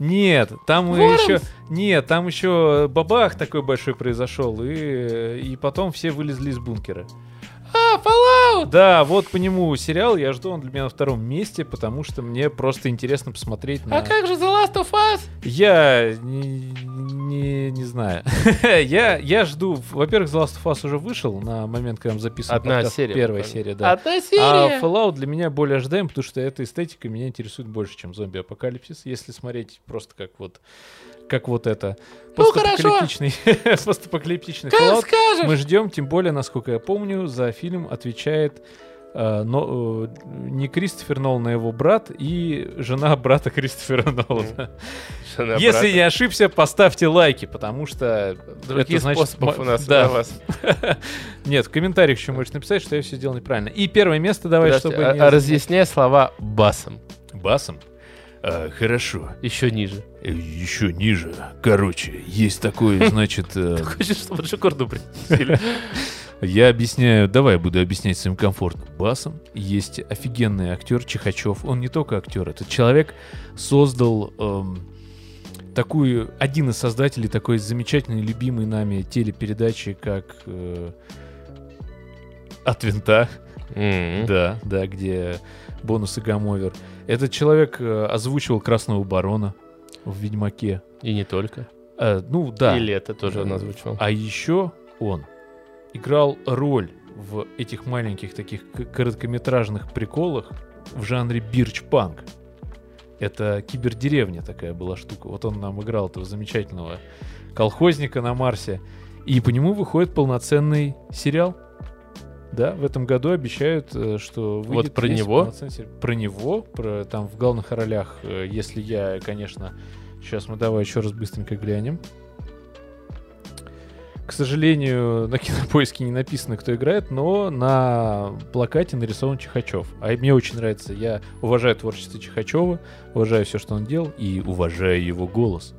Нет, там Воромс? еще... Нет, там еще бабах такой большой произошел, и, и потом все вылезли из бункера. А, Fallout! Да, вот по нему сериал, я жду, он для меня на втором месте, потому что мне просто интересно посмотреть на... А как же The Last of Us? Я не, не, не знаю. я, я жду... Во-первых, The Last of Us уже вышел на момент, когда мы записываем Одна подкаст. серия. Первая пока. серия, да. Одна серия! А Fallout для меня более ожидаем, потому что эта эстетика меня интересует больше, чем зомби-апокалипсис, если смотреть просто как вот... Как вот это. Ну, Постапокалиптичный, постапокалиптичный Как Fallout. скажешь! Мы ждем, тем более, насколько я помню, за фильм отвечает э, но, э, не Кристофер Нолан, а его брат и жена брата Кристофера Нолана. Жена Если брата. не ошибся, поставьте лайки, потому что Других это значит... способов у нас да. для вас. Нет, в комментариях еще можешь написать, что я все сделал неправильно. И первое место давай, Подожди, чтобы... а- не- а разъясняй слова басом. Басом? А, хорошо. Еще ниже. Еще ниже. Короче, есть такое, значит... э, Хочешь, чтобы Шикорду принесли? Я объясняю, давай я буду объяснять своим комфортным басом. Есть офигенный актер Чихачев. Он не только актер, этот человек создал эм, такую, один из создателей такой замечательной, любимой нами телепередачи, как э, «От винта». М. Да, да, где бонус и гамовер. Этот человек э, озвучивал Красного Барона в «Ведьмаке». И не только. Э, ну, да. И Лето тоже он озвучивал. А еще он играл роль в этих маленьких таких к- короткометражных приколах в жанре бирч-панк. Это кибердеревня такая была штука. Вот он нам играл этого замечательного колхозника на Марсе. И по нему выходит полноценный сериал. Да, в этом году обещают, э, что выйдет Вот про весь него? полноценный сериал. Про него, про, там в главных ролях, э, если я, конечно... Сейчас мы давай еще раз быстренько глянем. К сожалению, на Кинопоиске не написано, кто играет, но на плакате нарисован Чихачев. А мне очень нравится. Я уважаю творчество Чихачева, уважаю все, что он делал, и уважаю его голос.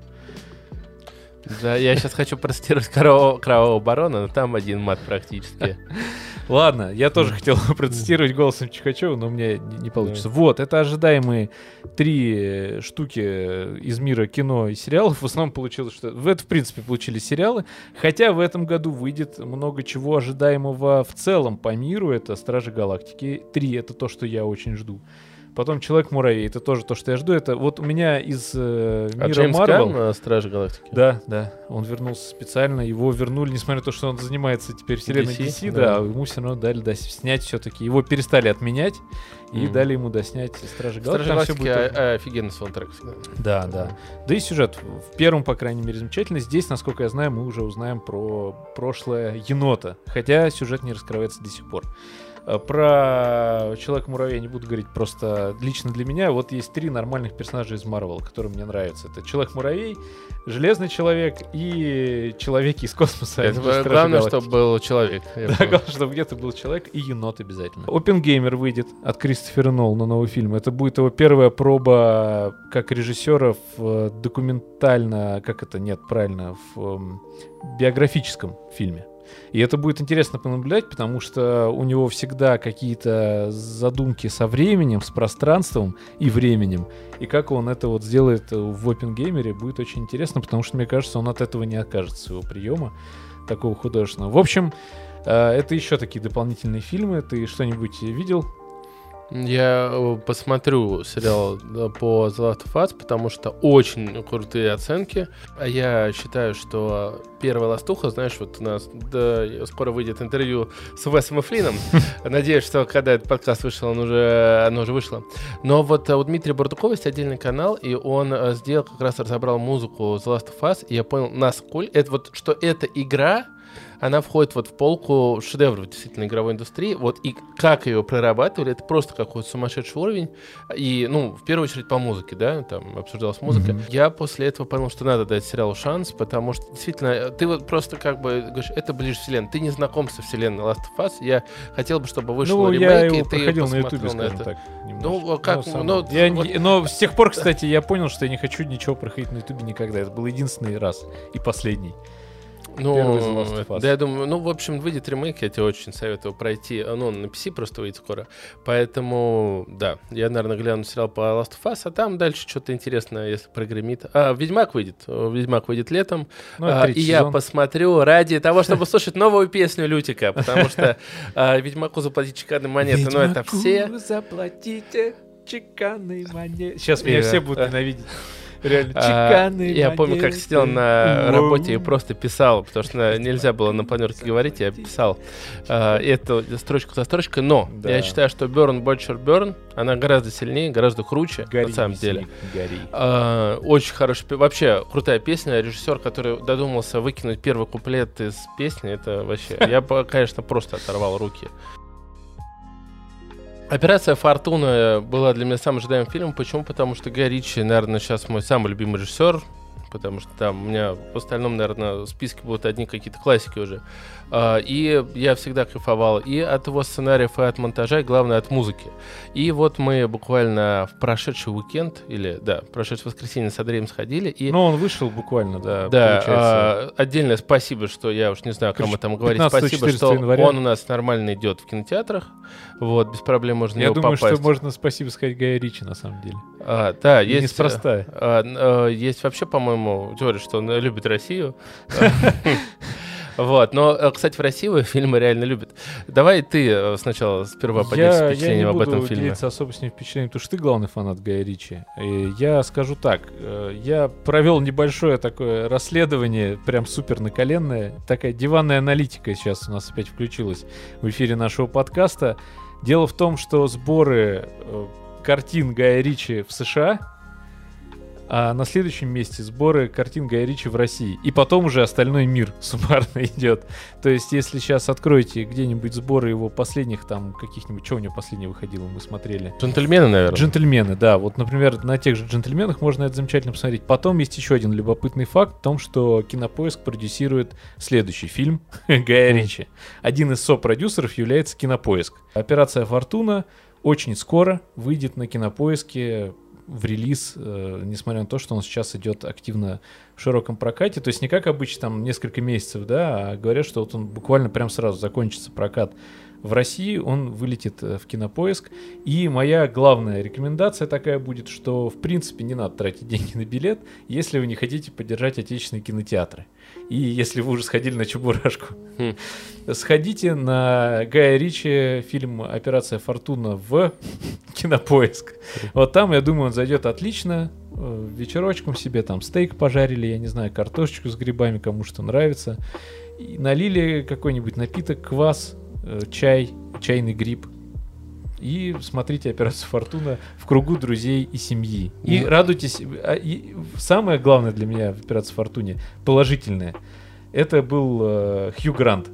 Да, я сейчас хочу процитировать Кровавого, Кровавого Барона, но там один мат практически. Ладно, я тоже хотел процитировать голосом Чихачева, но у меня не, не получится. Вот, это ожидаемые три штуки из мира кино и сериалов. В основном получилось, что... В это, в принципе, получились сериалы. Хотя в этом году выйдет много чего ожидаемого в целом по миру. Это «Стражи Галактики три». Это то, что я очень жду. Потом «Человек-муравей». Это тоже то, что я жду. Это вот у меня из э, А мира Джеймс Марвел... Ганн, Стражи Галактики? Да, да. Он вернулся специально. Его вернули, несмотря на то, что он занимается теперь вселенной ди ди си, си, да. да, ему все равно дали да, снять все-таки. Его перестали отменять и Мгм. дали ему доснять «Стражи Галактики». Стражи Там всё Галактики будет- а- а, офигенный саундтрек всегда. Да, да. Да и сюжет в первом, по крайней мере, замечательный. Здесь, насколько я знаю, мы уже узнаем про прошлое енота. Хотя сюжет не раскрывается до сих пор. А Про Человека-муравья не буду говорить, просто лично для меня. Вот есть три нормальных персонажа из Марвел, которые мне нравятся. Это Человек-муравей, Железный человек и Человеки из космоса. Это Это же Стражи главное, Галактики. чтобы был человек. Я Да, понял. главное, чтобы где-то был человек и енот обязательно. Оппенгеймер выйдет от Кристофера Нолана, новый фильм. Это будет его первая проба как режиссера в э, документально, как это, нет, правильно, в эм, биографическом фильме. И это будет интересно понаблюдать, потому что у него всегда какие-то задумки со временем, с пространством и временем. И как он это вот сделает в Оппенгеймере, будет очень интересно, потому что, мне кажется, он от этого не откажется, своего приема такого художественного. В общем, э, это еще такие дополнительные фильмы. Ты что-нибудь видел? Я э, посмотрю сериал да, по The Last of Us, потому что очень крутые оценки. А я считаю, что первая ластуха, знаешь, вот у нас да, скоро выйдет интервью с Уэсом и Флином. Надеюсь, что когда этот подкаст вышел, он уже, оно уже вышло. Но вот у Дмитрия Бардукова есть отдельный канал, и он э, сделал, как раз разобрал музыку The Last of Us, и я понял, насколько... Это вот, что эта игра... Она входит вот в полку шедевров действительно игровой индустрии. Вот и как ее прорабатывали, это просто какой-то сумасшедший уровень. И, ну, в первую очередь по музыке, да, там обсуждалась музыка. Mm-hmm. Я после этого понял, что надо дать сериалу шанс, потому что действительно, ты вот просто как бы говоришь, это ближе вселенной. Ты не знаком со вселенной Last of Us. Я хотел бы, чтобы вышел Ну, ремейк, я и его ты проходил на посмотрел Ютубе, на скажем это. так. Ну, немножко. а как, сам- ну, я вот- не- но с тех пор, кстати, я понял, что я не хочу ничего проходить на Ютубе никогда. Это был единственный раз и последний. Ну, Первый из Last of Us. Да, я думаю, ну, в общем, выйдет ремейк, я тебе очень советую пройти. Ну, он на пи си просто выйдет скоро. Поэтому, да, я, наверное, гляну сериал по Last of Us, а там дальше что-то интересное, если прогремит. А, Ведьмак выйдет. Ведьмак выйдет летом. Ну, а, и я сезон. посмотрю ради того, чтобы услышать новую песню Лютика, потому что а, Ведьмаку заплатить чеканные монеты, ну, это все... заплатите чеканные монеты. Сейчас меня все будут ненавидеть. Реально, чеканные а, Я помню, как сидел на работе и просто писал, потому что нельзя было на планерке говорить, я писал а, эту строчку за строчкой, но да. я считаю, что Burn, Butcher, Burn, она гораздо сильнее, гораздо круче, гори, на самом деле. Гори. А, очень хорошая, вообще крутая песня, режиссер, который додумался выкинуть первый куплет из песни, это вообще, я, конечно, просто оторвал руки. «Операция Фортуна» была для меня самым ожидаемым фильмом. Почему? Потому что Гай Ричи, наверное, сейчас мой самый любимый режиссер. Потому что там у меня в остальном, наверное, в списке будут одни какие-то классики уже. И я всегда кайфовал и от его сценариев, и от монтажа, и, главное, от музыки. И вот мы буквально в прошедший уикенд, или, да, в прошедшее воскресенье с Андреем сходили. И... Ну, он вышел буквально, да, Да, получается. А, отдельное спасибо, что я уж не знаю, кому там говорить. Спасибо, что января. Он у нас нормально идет в кинотеатрах. Вот, без проблем можно я его думаю, попасть. что можно спасибо сказать Гая Ричи, на самом деле. А, да, и есть... Неспроста. А, а, есть вообще, по-моему, теория, что он любит Россию. Вот, но, кстати, в Россию фильмы реально любят. Давай ты сначала сперва поделишься впечатлением об этом фильме. Я не буду делиться особо с ним впечатлением, потому что ты главный фанат Гая Ричи. И я скажу так, я провел небольшое такое расследование, прям супер наколенное. Такая диванная аналитика сейчас у нас опять включилась в эфире нашего подкаста. Дело в том, что сборы картин Гая Ричи в США, а на следующем месте сборы картин Гая Ричи в России. И потом уже остальной мир суммарно идет. То есть, если сейчас откроете где-нибудь сборы его последних, там, каких-нибудь... Что у него последнее выходило, мы смотрели? «Джентльмены», наверное. «Джентльмены», да. Вот, например, на тех же «Джентльменах» можно это замечательно посмотреть. Потом есть еще один любопытный факт в том, что Кинопоиск продюсирует следующий фильм Гая Ричи. Один из сопродюсеров является Кинопоиск. «Операция Фортуна» очень скоро выйдет на Кинопоиске в релиз, э, несмотря на то, что он сейчас идет активно в широком прокате. То есть не как обычно там несколько месяцев, да, а говорят, что вот он буквально прям сразу закончится прокат в России, он вылетит в Кинопоиск. И моя главная рекомендация такая будет, что в принципе не надо тратить деньги на билет, если вы не хотите поддержать отечественные кинотеатры. И если вы уже сходили на Чебурашку, хм. сходите на Гая Ричи фильм «Операция Фортуна» в Кинопоиск. Вот там, я думаю, он зайдет отлично. Вечерочком себе там стейк пожарили, я не знаю, картошечку с грибами, кому что нравится. И налили какой-нибудь напиток, квас, чай, чайный гриб. И смотрите «Операцию Фортуна» в кругу друзей и семьи. И mm. радуйтесь. И самое главное для меня в «Операции Фортуне» положительное. Это был э, Хью Грант.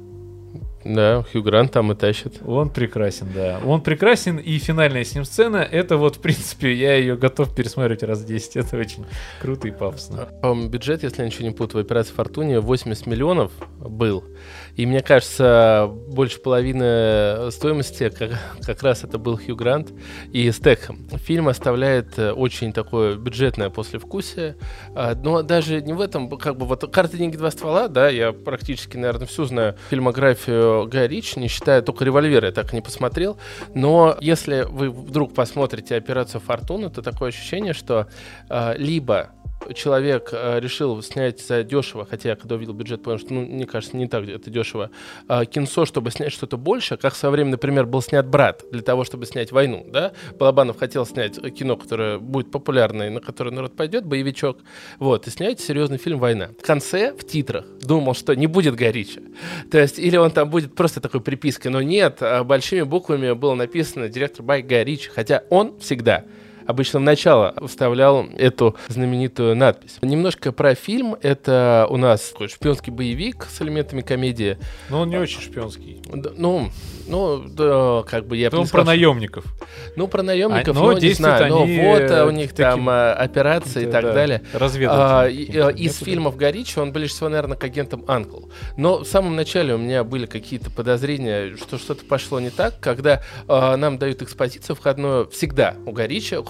Да, Хью Грант там и тащит. Он прекрасен, да. Он прекрасен, и финальная с ним сцена, это вот, в принципе, я ее готов пересматривать раз десять. Это очень круто и пафосно. По-моему, бюджет, если я ничего не путаю, в «Операции Фортуне» восемьдесят миллионов был. И мне кажется, больше половины стоимости как, как раз это был Хью Грант и Стэтхэм. Фильм оставляет очень такое бюджетное послевкусие. Но даже не в этом, как бы вот «Карты, деньги, два ствола», да, я практически, наверное, всю знаю фильмографию Гая Ричи, не считая только «Револьвера», я так и не посмотрел. Но если вы вдруг посмотрите «Операцию Фортуна», то такое ощущение, что э, либо человек э, решил снять за дешево, хотя я когда увидел бюджет, понял, что, ну, мне кажется, не так это дешево, э, кинцо, чтобы снять что-то больше, как в свое время, например, был снят «Брат» для того, чтобы снять «Войну», да? Балабанов хотел снять кино, которое будет популярное, на которое народ пойдет, боевичок, вот, и снять серьезный фильм «Война». В конце, в титрах, думал, что не будет Гая Ричи. То есть, или он там будет просто такой припиской, но нет, большими буквами было написано «Директор by Гай Ричи», хотя он всегда обычно в начало вставлял эту знаменитую надпись. Немножко про фильм. Это у нас такой шпионский боевик с элементами комедии. Но он не очень шпионский. Да, ну, ну да, как бы я... Он про наемников. Ну, про наемников, а, но, но не знаю. Но вот а, у них таким... там а, операции это, и так да, далее. А, из фильмов Гая Ричи он ближе всего, наверное, к агентам Анкл. Но в самом начале у меня были какие-то подозрения, что что-то пошло не так, когда а, нам дают экспозицию входную всегда у Гая Ричи,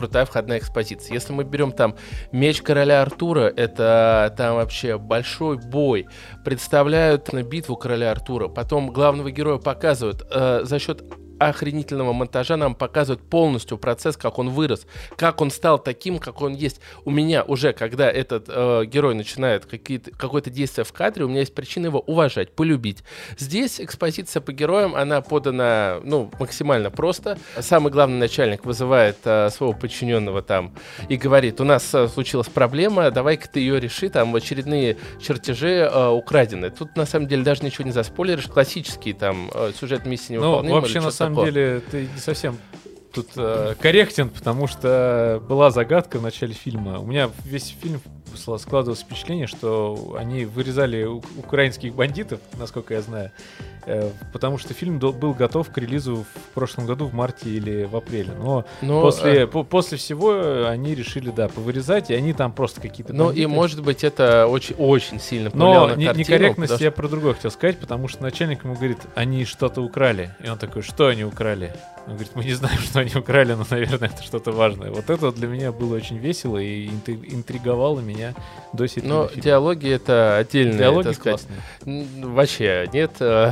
крутая входная экспозиция. Если мы берем там «Меч короля Артура», это там вообще большой бой. Представляют на битву короля Артура. Потом главного героя показывают э, за счет охренительного монтажа, нам показывают полностью процесс, как он вырос, как он стал таким, как он есть. У меня уже, когда этот э, герой начинает какие-то, какое-то действие в кадре, у меня есть причина его уважать, полюбить. Здесь экспозиция по героям, она подана, ну, максимально просто. Самый главный начальник вызывает э, своего подчиненного там и говорит: у нас э, случилась проблема, давай-ка ты ее реши, там очередные чертежи э, украдены. Тут на самом деле даже ничего не заспойлеришь, классический там э, сюжет миссии невыполнима. Ну, вообще, на самом На самом деле, ты не совсем тут э, корректен, потому что была загадка в начале фильма. У меня весь фильм складывалось впечатление, что они вырезали у- украинских бандитов, насколько я знаю, э, потому что фильм до- был готов к релизу в прошлом году, в марте или в апреле. Но, Но, после, э, по- после всего они решили, да, повырезать, и они там просто какие-то Ну бандиты. и, может быть, это очень, очень сильно повлияло Но на не- картину. некорректность потому я про другое хотел сказать, потому что начальник ему говорит: они что-то украли. И он такой: что они украли? Он говорит: мы не знаем, что они украли, но, наверное, это что-то важное. Вот это для меня было очень весело и интри- интриговало меня до сих пор. Но диалоги — это отдельная, Диалоги так сказать. классные. Н- Вообще нет. э,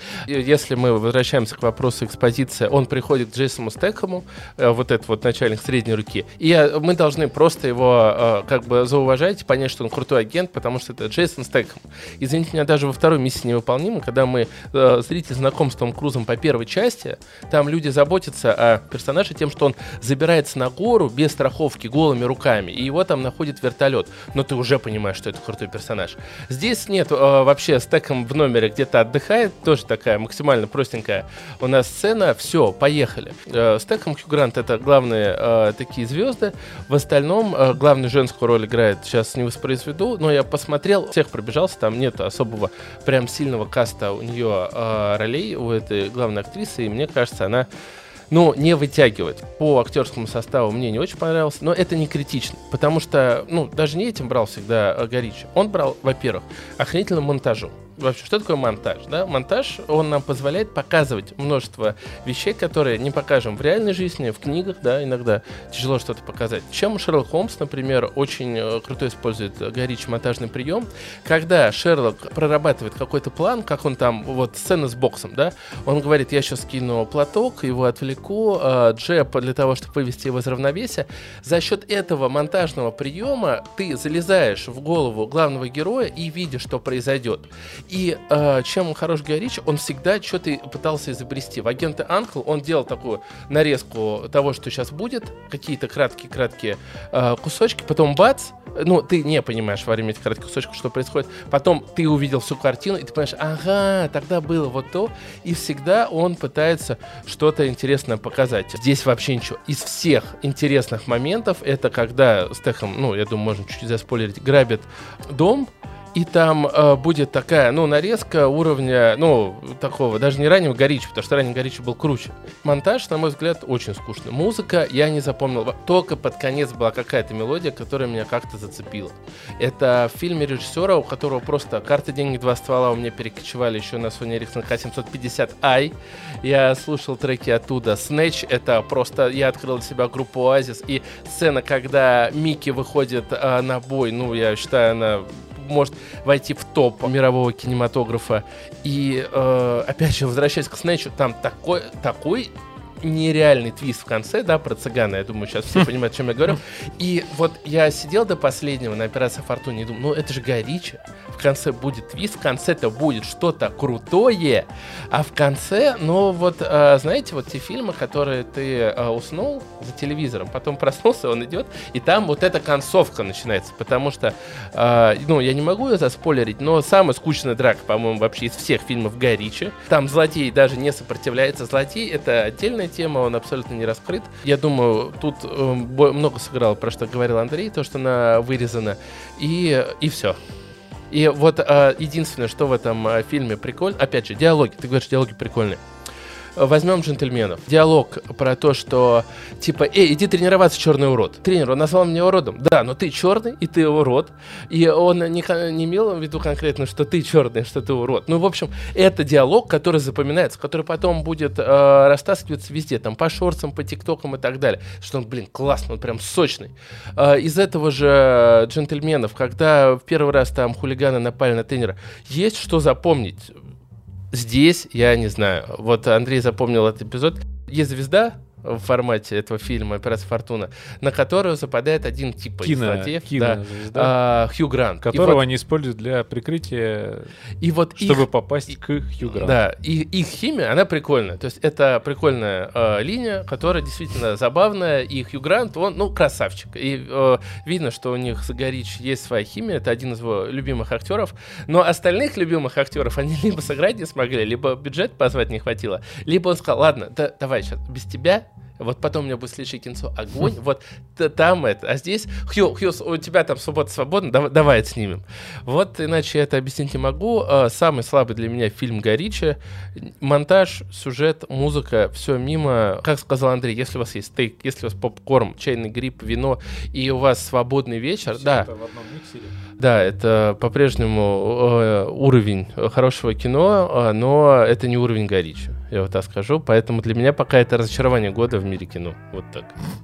Если мы возвращаемся к вопросу экспозиции, он приходит к Джейсону Стэкхэму, э, вот этот вот начальник средней руки, и э, мы должны просто его э, как бы зауважать, понять, что он крутой агент, потому что это Джейсон Стэкхэм. Извините меня, даже во второй «Миссии невыполнима», когда мы э, зритель знаком с Томом Крузом по первой части, там люди заботятся о персонаже тем, что он забирается на гору без страховки голыми руками, и его там находит вертолет. Но ты уже понимаешь, что это крутой персонаж. Здесь нет, э, вообще Стэкхэм в номере где-то отдыхает, тоже такая максимально простенькая у нас сцена. Все, поехали. Э, Стэкхэм, Хью Грант — это главные э, такие звезды. В остальном э, главную женскую роль играет, сейчас не воспроизведу, но я посмотрел, всех пробежался, там нет особого прям сильного каста у нее э, ролей, у этой главной актрисы, и мне кажется, она ну, не вытягивает. По актерскому составу мне не очень понравился, но это не критично, потому что, ну, даже не этим брал всегда э, Горичи. Он брал, во-первых, охренительным монтажом. Вообще, что такое монтаж? Да? Монтаж, он нам позволяет показывать множество вещей, которые не покажем в реальной жизни, в книгах, да, иногда тяжело что-то показать. Чем Шерлок Холмс, например, очень э, круто использует Горичи монтажный прием, когда Шерлок прорабатывает какой-то план, как он там, вот сцена с боксом, да, он говорит: я сейчас кину платок, его отвлеку, э, джеб для того, чтобы вывести его из равновесия. За счет этого монтажного приема ты залезаешь в голову главного героя и видишь, что произойдет. И э, чем хорош Гай Ричи, он всегда что-то пытался изобрести. В «Агенте Анкл» он делал такую нарезку того, что сейчас будет, какие-то краткие-краткие э, кусочки, потом бац, ну, ты не понимаешь во время этих кратких кусочков, что происходит, потом ты увидел всю картину, и ты понимаешь: ага, тогда было вот то, и всегда он пытается что-то интересное показать. Здесь вообще ничего. Из всех интересных моментов, это когда Стэкхэм, ну, я думаю, можно чуть-чуть заспойлерить, грабит дом, и там э, будет такая, ну, нарезка уровня, ну, такого, даже не раннего Горичи, потому что ранний Горичи был круче. Монтаж, на мой взгляд, очень скучный. Музыка я не запомнил. Только под конец была какая-то мелодия, которая меня как-то зацепила. Это в фильме режиссера, у которого просто «Карты, деньги, два ствола» у меня перекочевали еще на Sony Ericsson эйч семьсот пятьдесят ай. Я слушал треки оттуда. Snatch — это просто... Я открыл для себя группу Oasis, и сцена, когда Микки выходит э, на бой, ну, я считаю, она может войти в топ мирового кинематографа. И, э, опять же, возвращаясь к Снэчу, там такой, такой нереальный твист в конце, да, про цыгана. Я думаю, сейчас все понимают, о чем я говорю. И вот я сидел до последнего на «Операции Фортуне» и думал: ну, это же Гай Ричи. В конце будет твист, в конце-то будет что-то крутое, а в конце, ну, вот, э, знаете, вот те фильмы, которые ты э, уснул за телевизором, потом проснулся, он идет, и там вот эта концовка начинается, потому что, э, ну, я не могу ее заспойлерить, но самая скучная драка, по-моему, вообще из всех фильмов Гай Ричи. Там злодей даже не сопротивляется. Злодей — это отдельная тема, он абсолютно не раскрыт. Я думаю, тут э, много сыграло, про что говорил Андрей, то, что она вырезана, и, и все. И вот э, единственное, что в этом э, фильме прикольно, опять же, диалоги. Ты говоришь, диалоги прикольные. возьмем «Джентльменов». Диалог про то, что типа, эй, иди тренироваться, черный урод. Тренер, он назвал меня уродом. Да, но ты черный, и ты урод. И он не, не имел в виду конкретно, что ты черный, что ты урод. Ну, в общем, это диалог, который запоминается, который потом будет э, растаскиваться везде, там, по шорцам, по тиктокам и так далее. Что он, блин, классный, он прям сочный. Э, из этого же «Джентльменов», когда в первый раз там хулиганы напали на тренера, есть что запомнить. Здесь, я не знаю. Вот Андрей запомнил этот эпизод. Есть звезда в формате этого фильма «Операция Фортуна», на которую западает один типа Кино, из злодеев, кино, да, а, Хью Грант. Которого вот, они используют для прикрытия, и вот чтобы их, попасть к Хью Гранту. Да, и их химия, она прикольная. То есть это прикольная э, линия, которая действительно забавная. И Хью Грант, он, ну, красавчик. И э, видно, что у них с Горич есть своя химия. Это один из его любимых актеров. Но остальных любимых актеров они либо сыграть не смогли, либо бюджет позвать не хватило, либо он сказал, ладно, да, давай сейчас без тебя. Вот потом у меня будет следующее кинцо «Огонь», вот т- там это. А здесь, Хью, Хью, у тебя там суббота свободна, давай, давай снимем. Вот, иначе я это объяснить не могу. А, самый слабый для меня фильм Гая Ричи. Монтаж, сюжет, музыка, все мимо. Как сказал Андрей, если у вас есть стейк, если у вас попкорн, чайный гриб, вино, и у вас свободный вечер, все да. Это в одном миксере. Да, это по-прежнему э, уровень хорошего кино, э, но это не уровень Гая Ричи, я вот так скажу. Поэтому для меня пока это разочарование года в мире кино. Вот так.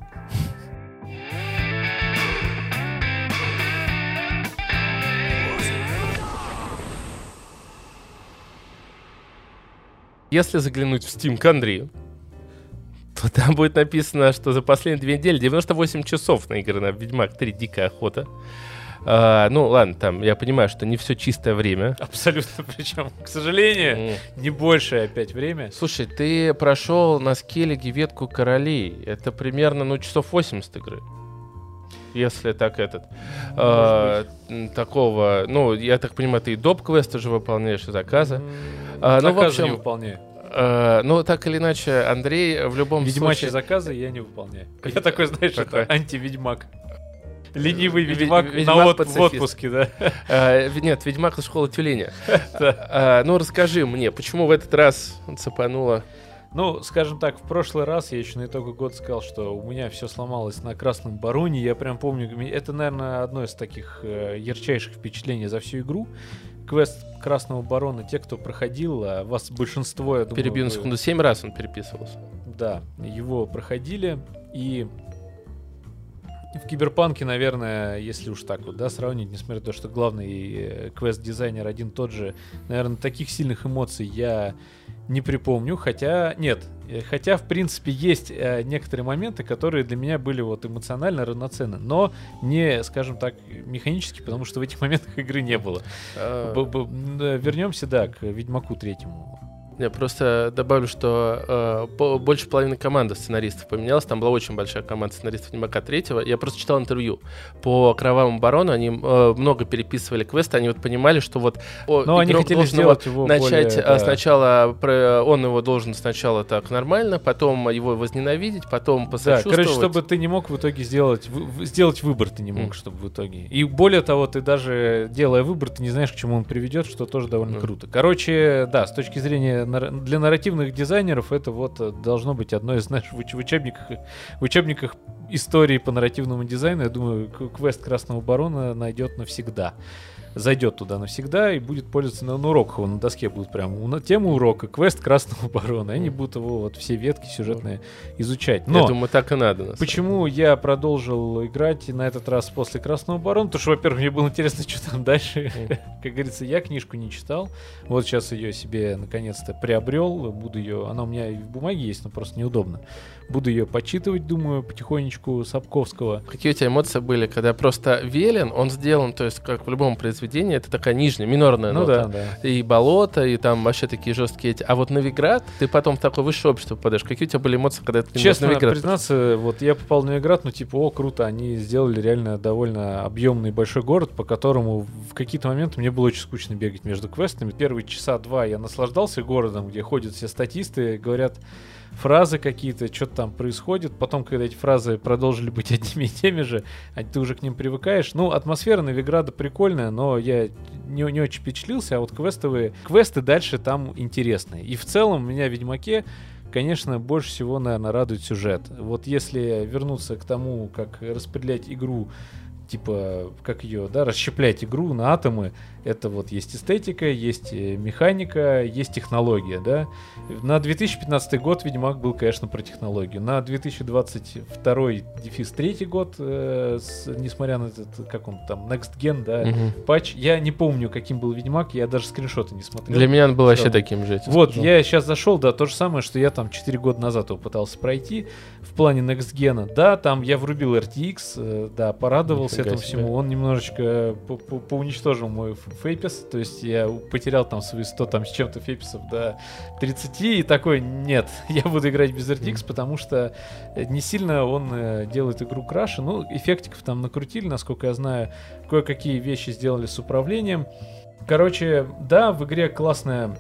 Если заглянуть в Steam к Андрею, то там будет написано, что за последние две недели девяносто восемь часов наиграно в «Ведьмак три. Дикая охота». А, ну, ладно, там, я понимаю, что не все чистое время. Абсолютно, причем, к сожалению, mm. не большее опять время. Слушай, ты прошел на скеллиге ветку королей. Это примерно, ну, часов восемьдесят игры. Если так этот... А, такого... Ну, я так понимаю, ты и доп-квесты же выполняешь, и заказы. Mm. А, ну, заказы в общем, не выполняю. Uh, ну, так или иначе, Андрей в любом Ведьмачьи случае... заказы я не выполняю. Я такой, знаешь, Такой. это анти-ведьмак. Ленивый ведьмак, ведьмак на от... пацифист. в отпуске, да. Uh, нет, ведьмак из школы тюленя. uh, ну, расскажи мне, почему в этот раз цепануло? Ну, скажем так, в прошлый раз я еще на итоге года сказал, что у меня все сломалось на Красном Бароне. Я прям помню, это, наверное, одно из таких э, ярчайших впечатлений за всю игру. Квест Красного Барона, те, кто проходил, а вас большинство, я думаю... Перебью на вы... секунду, семь раз он переписывался. Да, его проходили, и в Киберпанке, наверное, если уж так вот, да, сравнить, несмотря на то, что главный э, квест-дизайнер один тот же, наверное, таких сильных эмоций я не припомню, хотя, нет, э, хотя, в принципе, есть э, некоторые моменты, которые для меня были вот эмоционально равноценны, но не, скажем так, механически, потому что в этих моментах игры не было. Вернемся, да, к Ведьмаку третьему. Я просто добавлю, что э, по, больше половины команды сценаристов поменялась. Там была очень большая команда сценаристов «Ведьмака третьего». Я просто читал интервью по «Кровавому барону». Они э, много переписывали квесты. Они вот понимали, что вот о, Но они хотели сделать его начать более, а, да. сначала, про, он его должен сначала так нормально, потом его возненавидеть, потом посочувствовать. Да, короче, чтобы ты не мог в итоге сделать, в, сделать выбор, ты не мог, mm. чтобы в итоге. И более того, ты даже, делая выбор, ты не знаешь, к чему он приведет, что тоже довольно mm. круто. Короче, да, с точки зрения для нарративных дизайнеров это вот должно быть одно из, знаешь, в учебниках, в учебниках истории по нарративному дизайну, я думаю, квест Красного Барона найдет навсегда. Зайдет туда навсегда и будет пользоваться на, на уроках. Его на доске будет прям на тему урока квест Красного Барона. И они будут его вот все ветки сюжетные изучать. Но я думаю, так и надо. Почему я продолжил играть на этот раз после Красного Барона? Потому что, во-первых, мне было интересно, что там дальше. Как говорится, я книжку не читал. Вот сейчас ее себе наконец-то приобрел. Буду ее. Она у меня и в бумаге есть, но просто неудобно. Буду ее почитывать, думаю, потихонечку Сапковского. Какие у тебя эмоции были, когда просто велен, он сделан, то есть как в любом произведении, это такая нижняя, минорная ну нота. Да, да. И болото, и там вообще такие жесткие эти. А вот Новиград, ты потом в такое высшее общество попадаешь. Какие у тебя были эмоции, когда ты Честно в Новиград? признаться, вот я попал в Новиград, ну типа, о, круто, они сделали реально довольно объемный большой город, по которому в какие-то моменты мне было очень скучно бегать между квестами. Первые часа два я наслаждался городом, где ходят все статисты, говорят фразы какие-то, что-то там происходит. Потом, когда эти фразы продолжили быть одними и теми же, ты уже к ним привыкаешь. Ну, атмосфера Новиграда прикольная, но я не, не очень впечатлился, а вот квестовые квесты дальше там интересные. И в целом у меня в Ведьмаке конечно, больше всего, наверное, радует сюжет. Вот если вернуться к тому, как распределять игру, типа, как ее, да, расщеплять игру на атомы, это вот есть эстетика, есть механика, есть технология, да. На две тысячи пятнадцатый год Ведьмак был, конечно, про технологию. На две тысячи двадцать второй, дефис третий год, э, с, несмотря на этот, как он там, Next Gen, да, Угу. патч, я не помню, каким был Ведьмак, я даже скриншоты не смотрел. Для меня он был вообще Что? таким же. Вот, скажу. я сейчас зашел, да, то же самое, что я там четыре года назад его пытался пройти в плане Next Gen. Да, там я врубил эр ти экс, э, да, порадовался Нифига этому себе. всему. Он немножечко по- по- поуничтожил мой фейпис, то есть я потерял там свои сто там с чем-то фейписов до тридцати, и такой, нет, я буду играть без эр ти экс, потому что не сильно он э, делает игру краше. Ну, эффектиков там накрутили, насколько я знаю, кое-какие вещи сделали с управлением. Короче, да, в игре классная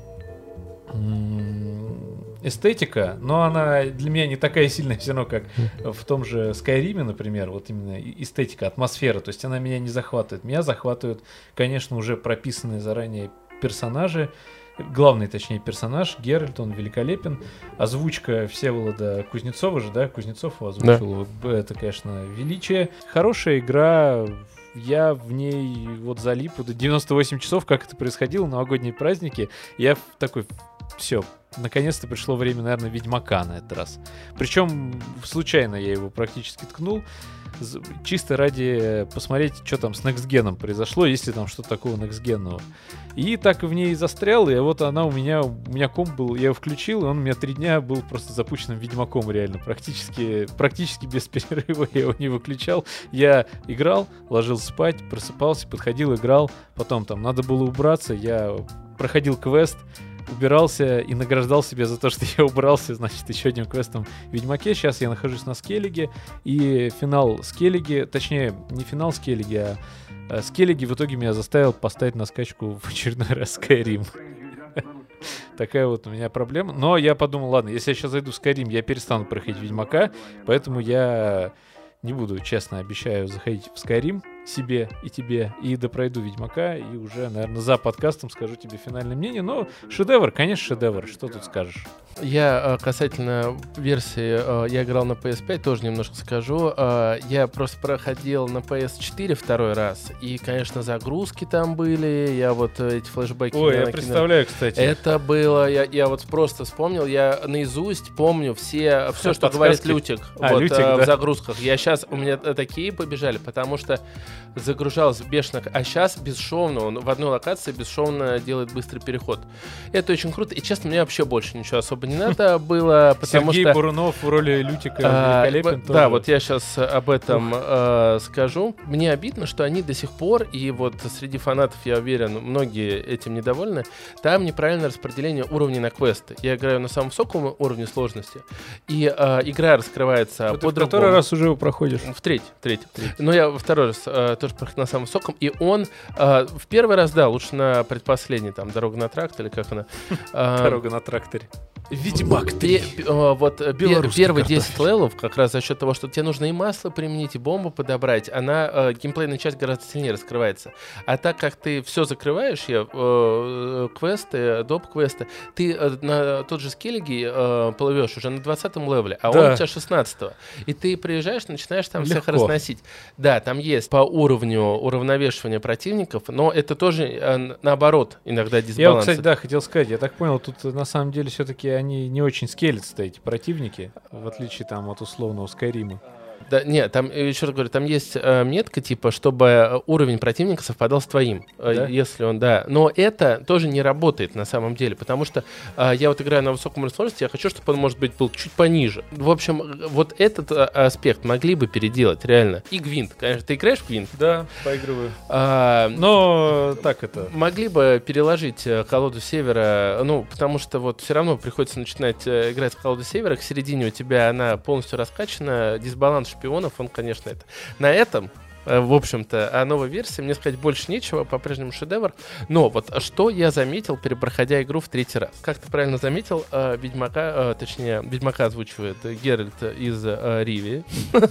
м, эстетика, но она для меня не такая сильная все равно, как в том же Skyrim, например, вот именно и- эстетика, атмосфера, то есть она меня не захватывает. Меня захватывают, конечно, уже прописанные заранее персонажи, главный, точнее, персонаж, Геральт, он великолепен. Озвучка Всеволода Кузнецова же, да, Кузнецов его озвучил, это, конечно, величие. Хорошая игра, я в ней вот залип до девяносто восемь часов, как это происходило, новогодние праздники, я в такой, все, наконец-то пришло время, наверное, Ведьмака на этот раз. Причем случайно я его практически ткнул, з- чисто ради посмотреть, что там с Next Gen'ом произошло, есть ли там что-то такого Next Gen'ного. И так в ней застрял, и вот она у меня, у меня комп был, я его включил, и он у меня три дня был просто запущенным Ведьмаком реально, практически, практически без перерыва я его не выключал. Я играл, ложился спать, просыпался, подходил, играл, потом там надо было убраться, я проходил квест, убирался и награждал себя за то, что я убрался, значит, еще одним квестом в Ведьмаке. Сейчас я нахожусь на Скеллиге, и финал Скеллиги, точнее, не финал Скеллиги, а а Скеллиги в итоге меня заставил поставить на скачку в очередной раз Skyrim. Такая вот у меня проблема. Но я подумал, ладно, если я сейчас зайду в Skyrim, я перестану проходить Ведьмака, поэтому я не буду, честно, обещаю заходить в Skyrim себе и тебе, и допройду Ведьмака, и уже, наверное, за подкастом скажу тебе финальное мнение. Но шедевр, конечно, шедевр. Что тут скажешь? Я э, касательно версии, э, я играл на пи эс пять, тоже немножко скажу. Э, Я просто проходил на пи эс четыре второй раз, и, конечно, загрузки там были, я вот э, эти флешбеки... Ой, я накинул. представляю, кстати. Это было, я, я вот просто вспомнил, я наизусть помню все, все, что Подсказки. говорит Лютик, А, вот, Лютик, э, да. в загрузках. Я сейчас, у меня э, такие побежали, потому что загружалось бешено, а сейчас бесшовно, он в одной локации бесшовно делает быстрый переход. Это очень круто, и честно, мне вообще больше ничего особо не надо было, потому Сергей что... Бурунов в роли Лютика А, великолепен б- тоже. Да, вот я сейчас об этом э, скажу. Мне обидно, что они до сих пор, и вот среди фанатов, я уверен, многие этим недовольны, там неправильное распределение уровней на квесты. Я играю на самом высоком уровне сложности, и э, игра раскрывается Вот ты в по-другому. который раз уже его проходишь? В третий, в третий. Но я во второй раз э, тоже проходил на самом высоком, и он э, в первый раз, да, лучше на предпоследний, там, «Дорога на тракт» или как она. Э, Дорога на тракторе. Ведьмак Пе- три. пе- э, вот э, пе- Белорусский первые десять картофель. левелов, как раз за счет того, что тебе нужно и масло применить, и бомбу подобрать, она, э, геймплейная часть гораздо сильнее раскрывается. А так как ты все закрываешь, я, э, квесты, доп-квесты, ты э, на тот же Скеллиги э, плывешь уже на двадцатом левеле, а он Да. у тебя шестнадцатого. И ты приезжаешь, начинаешь там всех Легко. разносить. Да, там есть по уровню уравновешивания противников, но это тоже э, наоборот иногда Я, вот, дисбаланс. кстати, да, хотел сказать, я так понял, тут э, на самом деле все-таки они не очень скелятся, эти противники, в отличие там от условного Скайрима. Да, нет, там, э, еще раз говорю, там есть э, метка, типа, чтобы э, уровень противника совпадал с твоим. э, Да? Если он, да. Но это тоже не работает на самом деле, потому что э, я вот играю на высоком уровне сложности, я хочу, чтобы он, может быть, был чуть пониже. В общем, э, вот этот э, аспект могли бы переделать, реально. И Гвинт, конечно. Ты играешь в Гвинт? Да, поигрываю. А, Но так это... Могли бы переложить э, колоду севера, ну, потому что вот все равно приходится начинать э, играть в колоду севера, к середине у тебя она полностью раскачана, дисбаланс шпионов, он, конечно, это. На этом В общем-то, о новой версии мне сказать больше нечего, по-прежнему шедевр. Но вот что я заметил, перепроходя игру в третий раз. Как ты правильно заметил, Ведьмака, точнее, Ведьмака озвучивает Геральт из Ривии.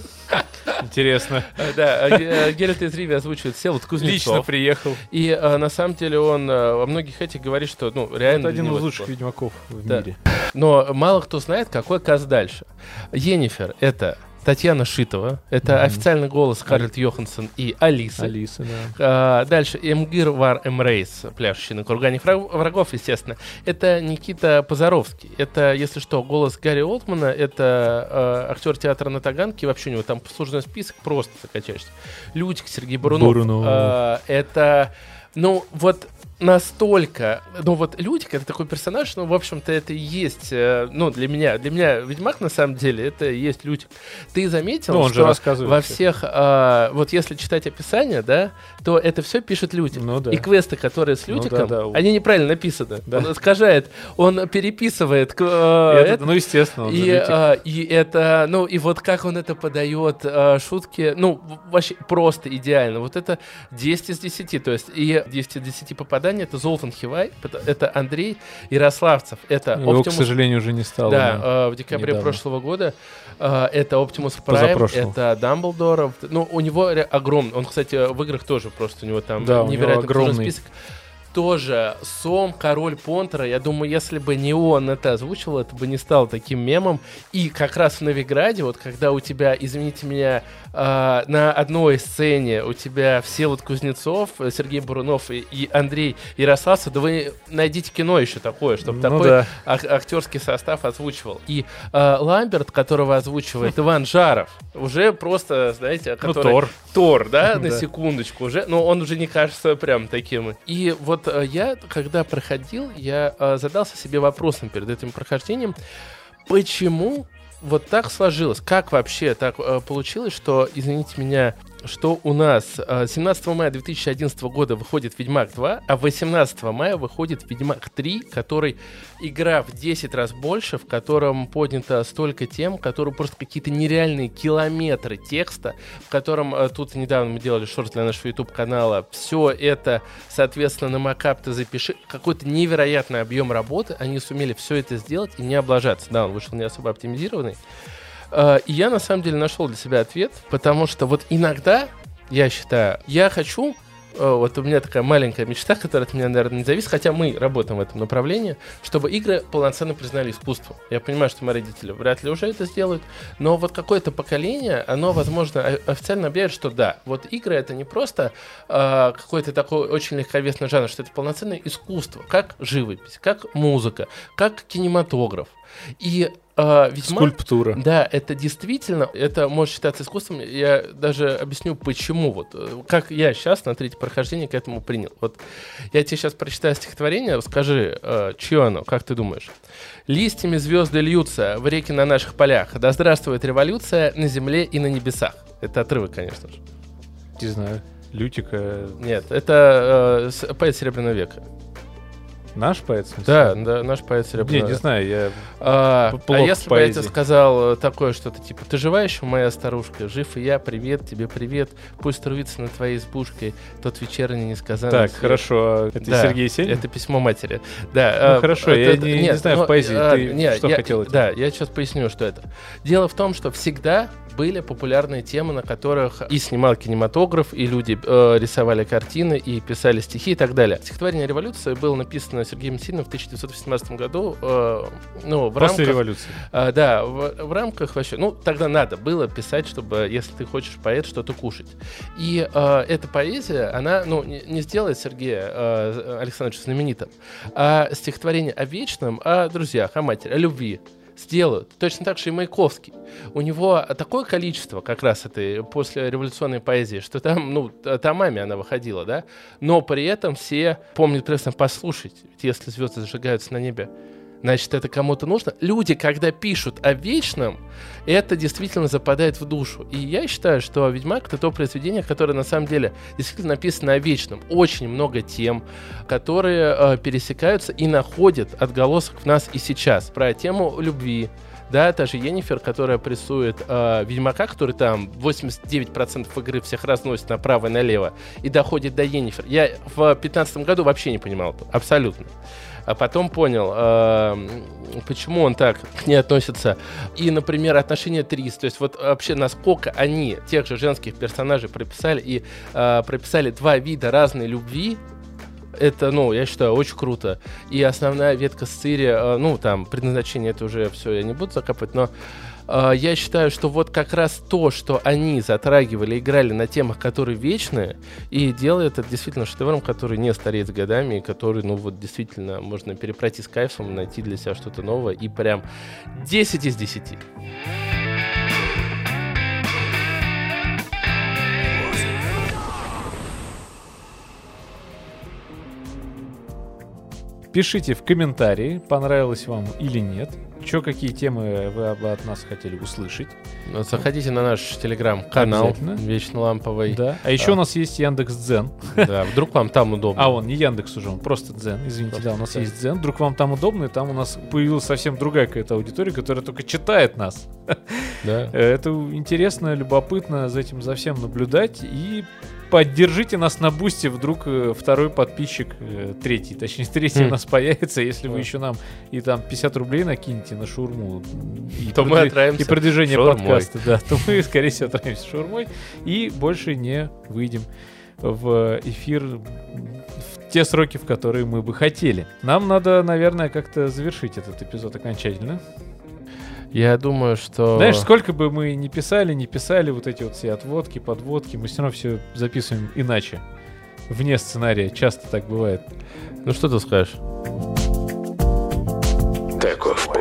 Интересно. Да, Геральт из Ривии озвучивает Всеволод Кузнецов. Лично приехал. И на самом деле он во многих этих говорит, что ну реально... Это один из лучших Ведьмаков в мире. Но мало кто знает, какой каст дальше. Йеннифер — это Татьяна Шитова, это mm-hmm. официальный голос Скарлетт Йоханссон и Алисы. Алиса, да. А, дальше Эмгир Вар Эмрейс, пляшущий на кургане врагов, естественно. Это Никита Позоровский. Это, если что, голос Гарри Олдмана, это а, актер театра на Таганке. Вообще у него там послужной список, просто закачаешься. Лютик Сергей Бурунов. Бурунов. А, это, ну, вот... настолько, ну вот Лютик — это такой персонаж, ну, в общем-то, это и есть, э, ну, для меня, для меня Ведьмак, на самом деле, это и есть Лютик. Ты заметил, ну, он что же во всех, э, вот если читать описание, да, то это все пишет Лютик. Ну, да. И квесты, которые с Лютиком, ну, да, да. они неправильно написаны. Да. Он искажает, он переписывает. Э, это, это, ну, естественно, он и, э, и это, ну, и вот как он это подает, э, шутки, ну, вообще просто идеально. Вот это десять из десяти, то есть и десять из десяти попаданий. Это Золтан Хивай, это Андрей Ярославцев, это Его, Optimus, к сожалению, уже не стало. Да, э, в декабре недавно. прошлого года. Э, это Optimus Prime, это Дамблдор. Ну, у него огромный. Он, кстати, в играх тоже просто у него там да, невероятно огромный список. Тоже Сом, король Понтера. Я думаю, если бы не он это озвучивал, это бы не стало таким мемом. И как раз в Новиграде, вот когда у тебя, извините меня, э, на одной сцене у тебя Всеволод Кузнецов, Сергей Бурунов и, и Андрей Ярославцев, да вы найдите кино еще такое, чтобы ну, такой да. ак- актерский состав озвучивал. И э, Ламберт, которого озвучивает Иван Жаров, уже просто, знаете, который... Ну, Тор. Тор, да, на секундочку уже, но он уже не кажется прям таким. И вот я, когда проходил, я э, задался себе вопросом перед этим прохождением, почему вот так сложилось, как вообще так э, получилось, что, извините меня, что у нас э, семнадцатого мая две тысячи одиннадцатого года выходит Ведьмак два, а восемнадцатого мая выходит Ведьмак три, который игра в десять раз больше, в котором поднято столько тем, которые просто какие-то нереальные километры текста, в котором э, тут недавно мы делали шорт для нашего YouTube-канала, все это, соответственно, на макап ты запиши, какой-то невероятный объем работы, они сумели все это сделать и не облажаться. Да, он вышел не особо оптимизированный. И я, на самом деле, нашел для себя ответ, потому что вот иногда, я считаю, я хочу, вот у меня такая маленькая мечта, которая от меня, наверное, не зависит, хотя мы работаем в этом направлении, чтобы игры полноценно признали искусством. Я понимаю, что мои родители вряд ли уже это сделают, но вот какое-то поколение, оно, возможно, официально объявит, что да, вот игры — это не просто э, какой-то такой очень легковесный жанр, что это полноценное искусство, как живопись, как музыка, как кинематограф. И Uh, Ведьмак, скульптура. Да, это действительно, это может считаться искусством. Я даже объясню, почему. Вот, как я сейчас на третье прохождение к этому принял. Вот я тебе сейчас прочитаю стихотворение, расскажи, uh, чье оно, как ты думаешь? «Листьями звезды льются в реки на наших полях. Да здравствует революция на земле и на небесах». Это отрывок, конечно же. Не знаю. Лютика. Нет, это uh, поэт Серебряного века. Наш поэт, в смысле? Да, да, наш поэт Серебряного. Не, не знаю, я а, а если бы я тебе сказал такое что-то, типа, ты жива еще, моя старушка? Жив и я, привет, тебе привет. Пусть трудится над твоей избушкой тот вечерний несказанный Так, свет. Хорошо, это да, Сергей Есенин? Это письмо матери. Да, ну, а, хорошо, это, я это, не, нет, не знаю но, в поэзии, а, ты нет, что я, хотел это? Да, я сейчас поясню, что это. Дело в том, что всегда были популярные темы, на которых и снимал кинематограф, и люди э, рисовали картины, и писали стихи и так далее. Стихотворение «Революция» было написано Сергеем Есениным в тысяча девятьсот восемнадцатом году. Э, ну, в После рамках, революции. Э, да, в, в рамках вообще... Ну, тогда надо было писать, чтобы, если ты хочешь поэт, что-то кушать. И э, эта поэзия, она, ну, не, не сделает Сергея э, Александровича знаменитым, а стихотворение о вечном, о друзьях, о матери, о любви сделают. Точно так же и Маяковский. У него такое количество как раз этой послереволюционной поэзии, что там, ну, томами она выходила, да? Но при этом все помнят прекрасно послушать, если звезды зажигаются на небе, значит, это кому-то нужно. Люди, когда пишут о вечном, это действительно западает в душу. И я считаю, что «Ведьмак» — это то произведение, которое на самом деле действительно написано о вечном. Очень много тем, которые э, пересекаются и находят отголосок в нас и сейчас. Про тему любви, Да, та же Йеннифер, которая прессует э, Ведьмака, который там восемьдесят девять процентов игры всех разносит направо и налево, и доходит до Йеннифер. Я в пятнадцатом году вообще не понимал это, абсолютно. А потом понял, э, почему он так к ней относится. И, например, отношения Трис, то есть вот вообще насколько они тех же женских персонажей прописали, и э, прописали два вида разной любви. Это, ну, я считаю, очень круто. И основная ветка с Цири, э, ну, там, предназначение это уже все, я не буду закапывать, но э, я считаю, что вот как раз то, что они затрагивали, играли на темах, которые вечные, и делает это действительно шедевром, который не стареет с годами, и который, ну, вот действительно можно перепройти с кайфом, найти для себя что-то новое, и прям десять из десяти. Пишите в комментарии, понравилось вам или нет. Что, какие темы вы бы от нас хотели услышать. Вот заходите на наш телеграм-канал Вечно Ламповый. Да. А еще а. у нас есть Яндекс.Дзен. Да, вдруг вам там удобно. А он не Яндекс уже, он просто Дзен. Извините, просто да, у нас Дзен. Есть Дзен. Вдруг вам там удобно, и там у нас появилась совсем другая какая-то аудитория, которая только читает нас. Да. Это интересно, любопытно за этим за всем наблюдать. И поддержите нас на Бусти, вдруг второй подписчик, третий, точнее, третий mm. у нас появится, если mm. вы еще нам и там пятьдесят рублей накинете на шаурму и, то продв... мы отравимся и продвижение шаурмой. Подкаста, да, то мы, скорее всего, отравимся шаурмой и больше не выйдем в эфир в те сроки, в которые мы бы хотели. Нам надо, наверное, как-то завершить этот эпизод окончательно. Я думаю, что... Знаешь, сколько бы мы ни писали, не писали вот эти вот все отводки, подводки, мы все равно все записываем иначе. Вне сценария. Часто так бывает. Ну что ты скажешь? Таков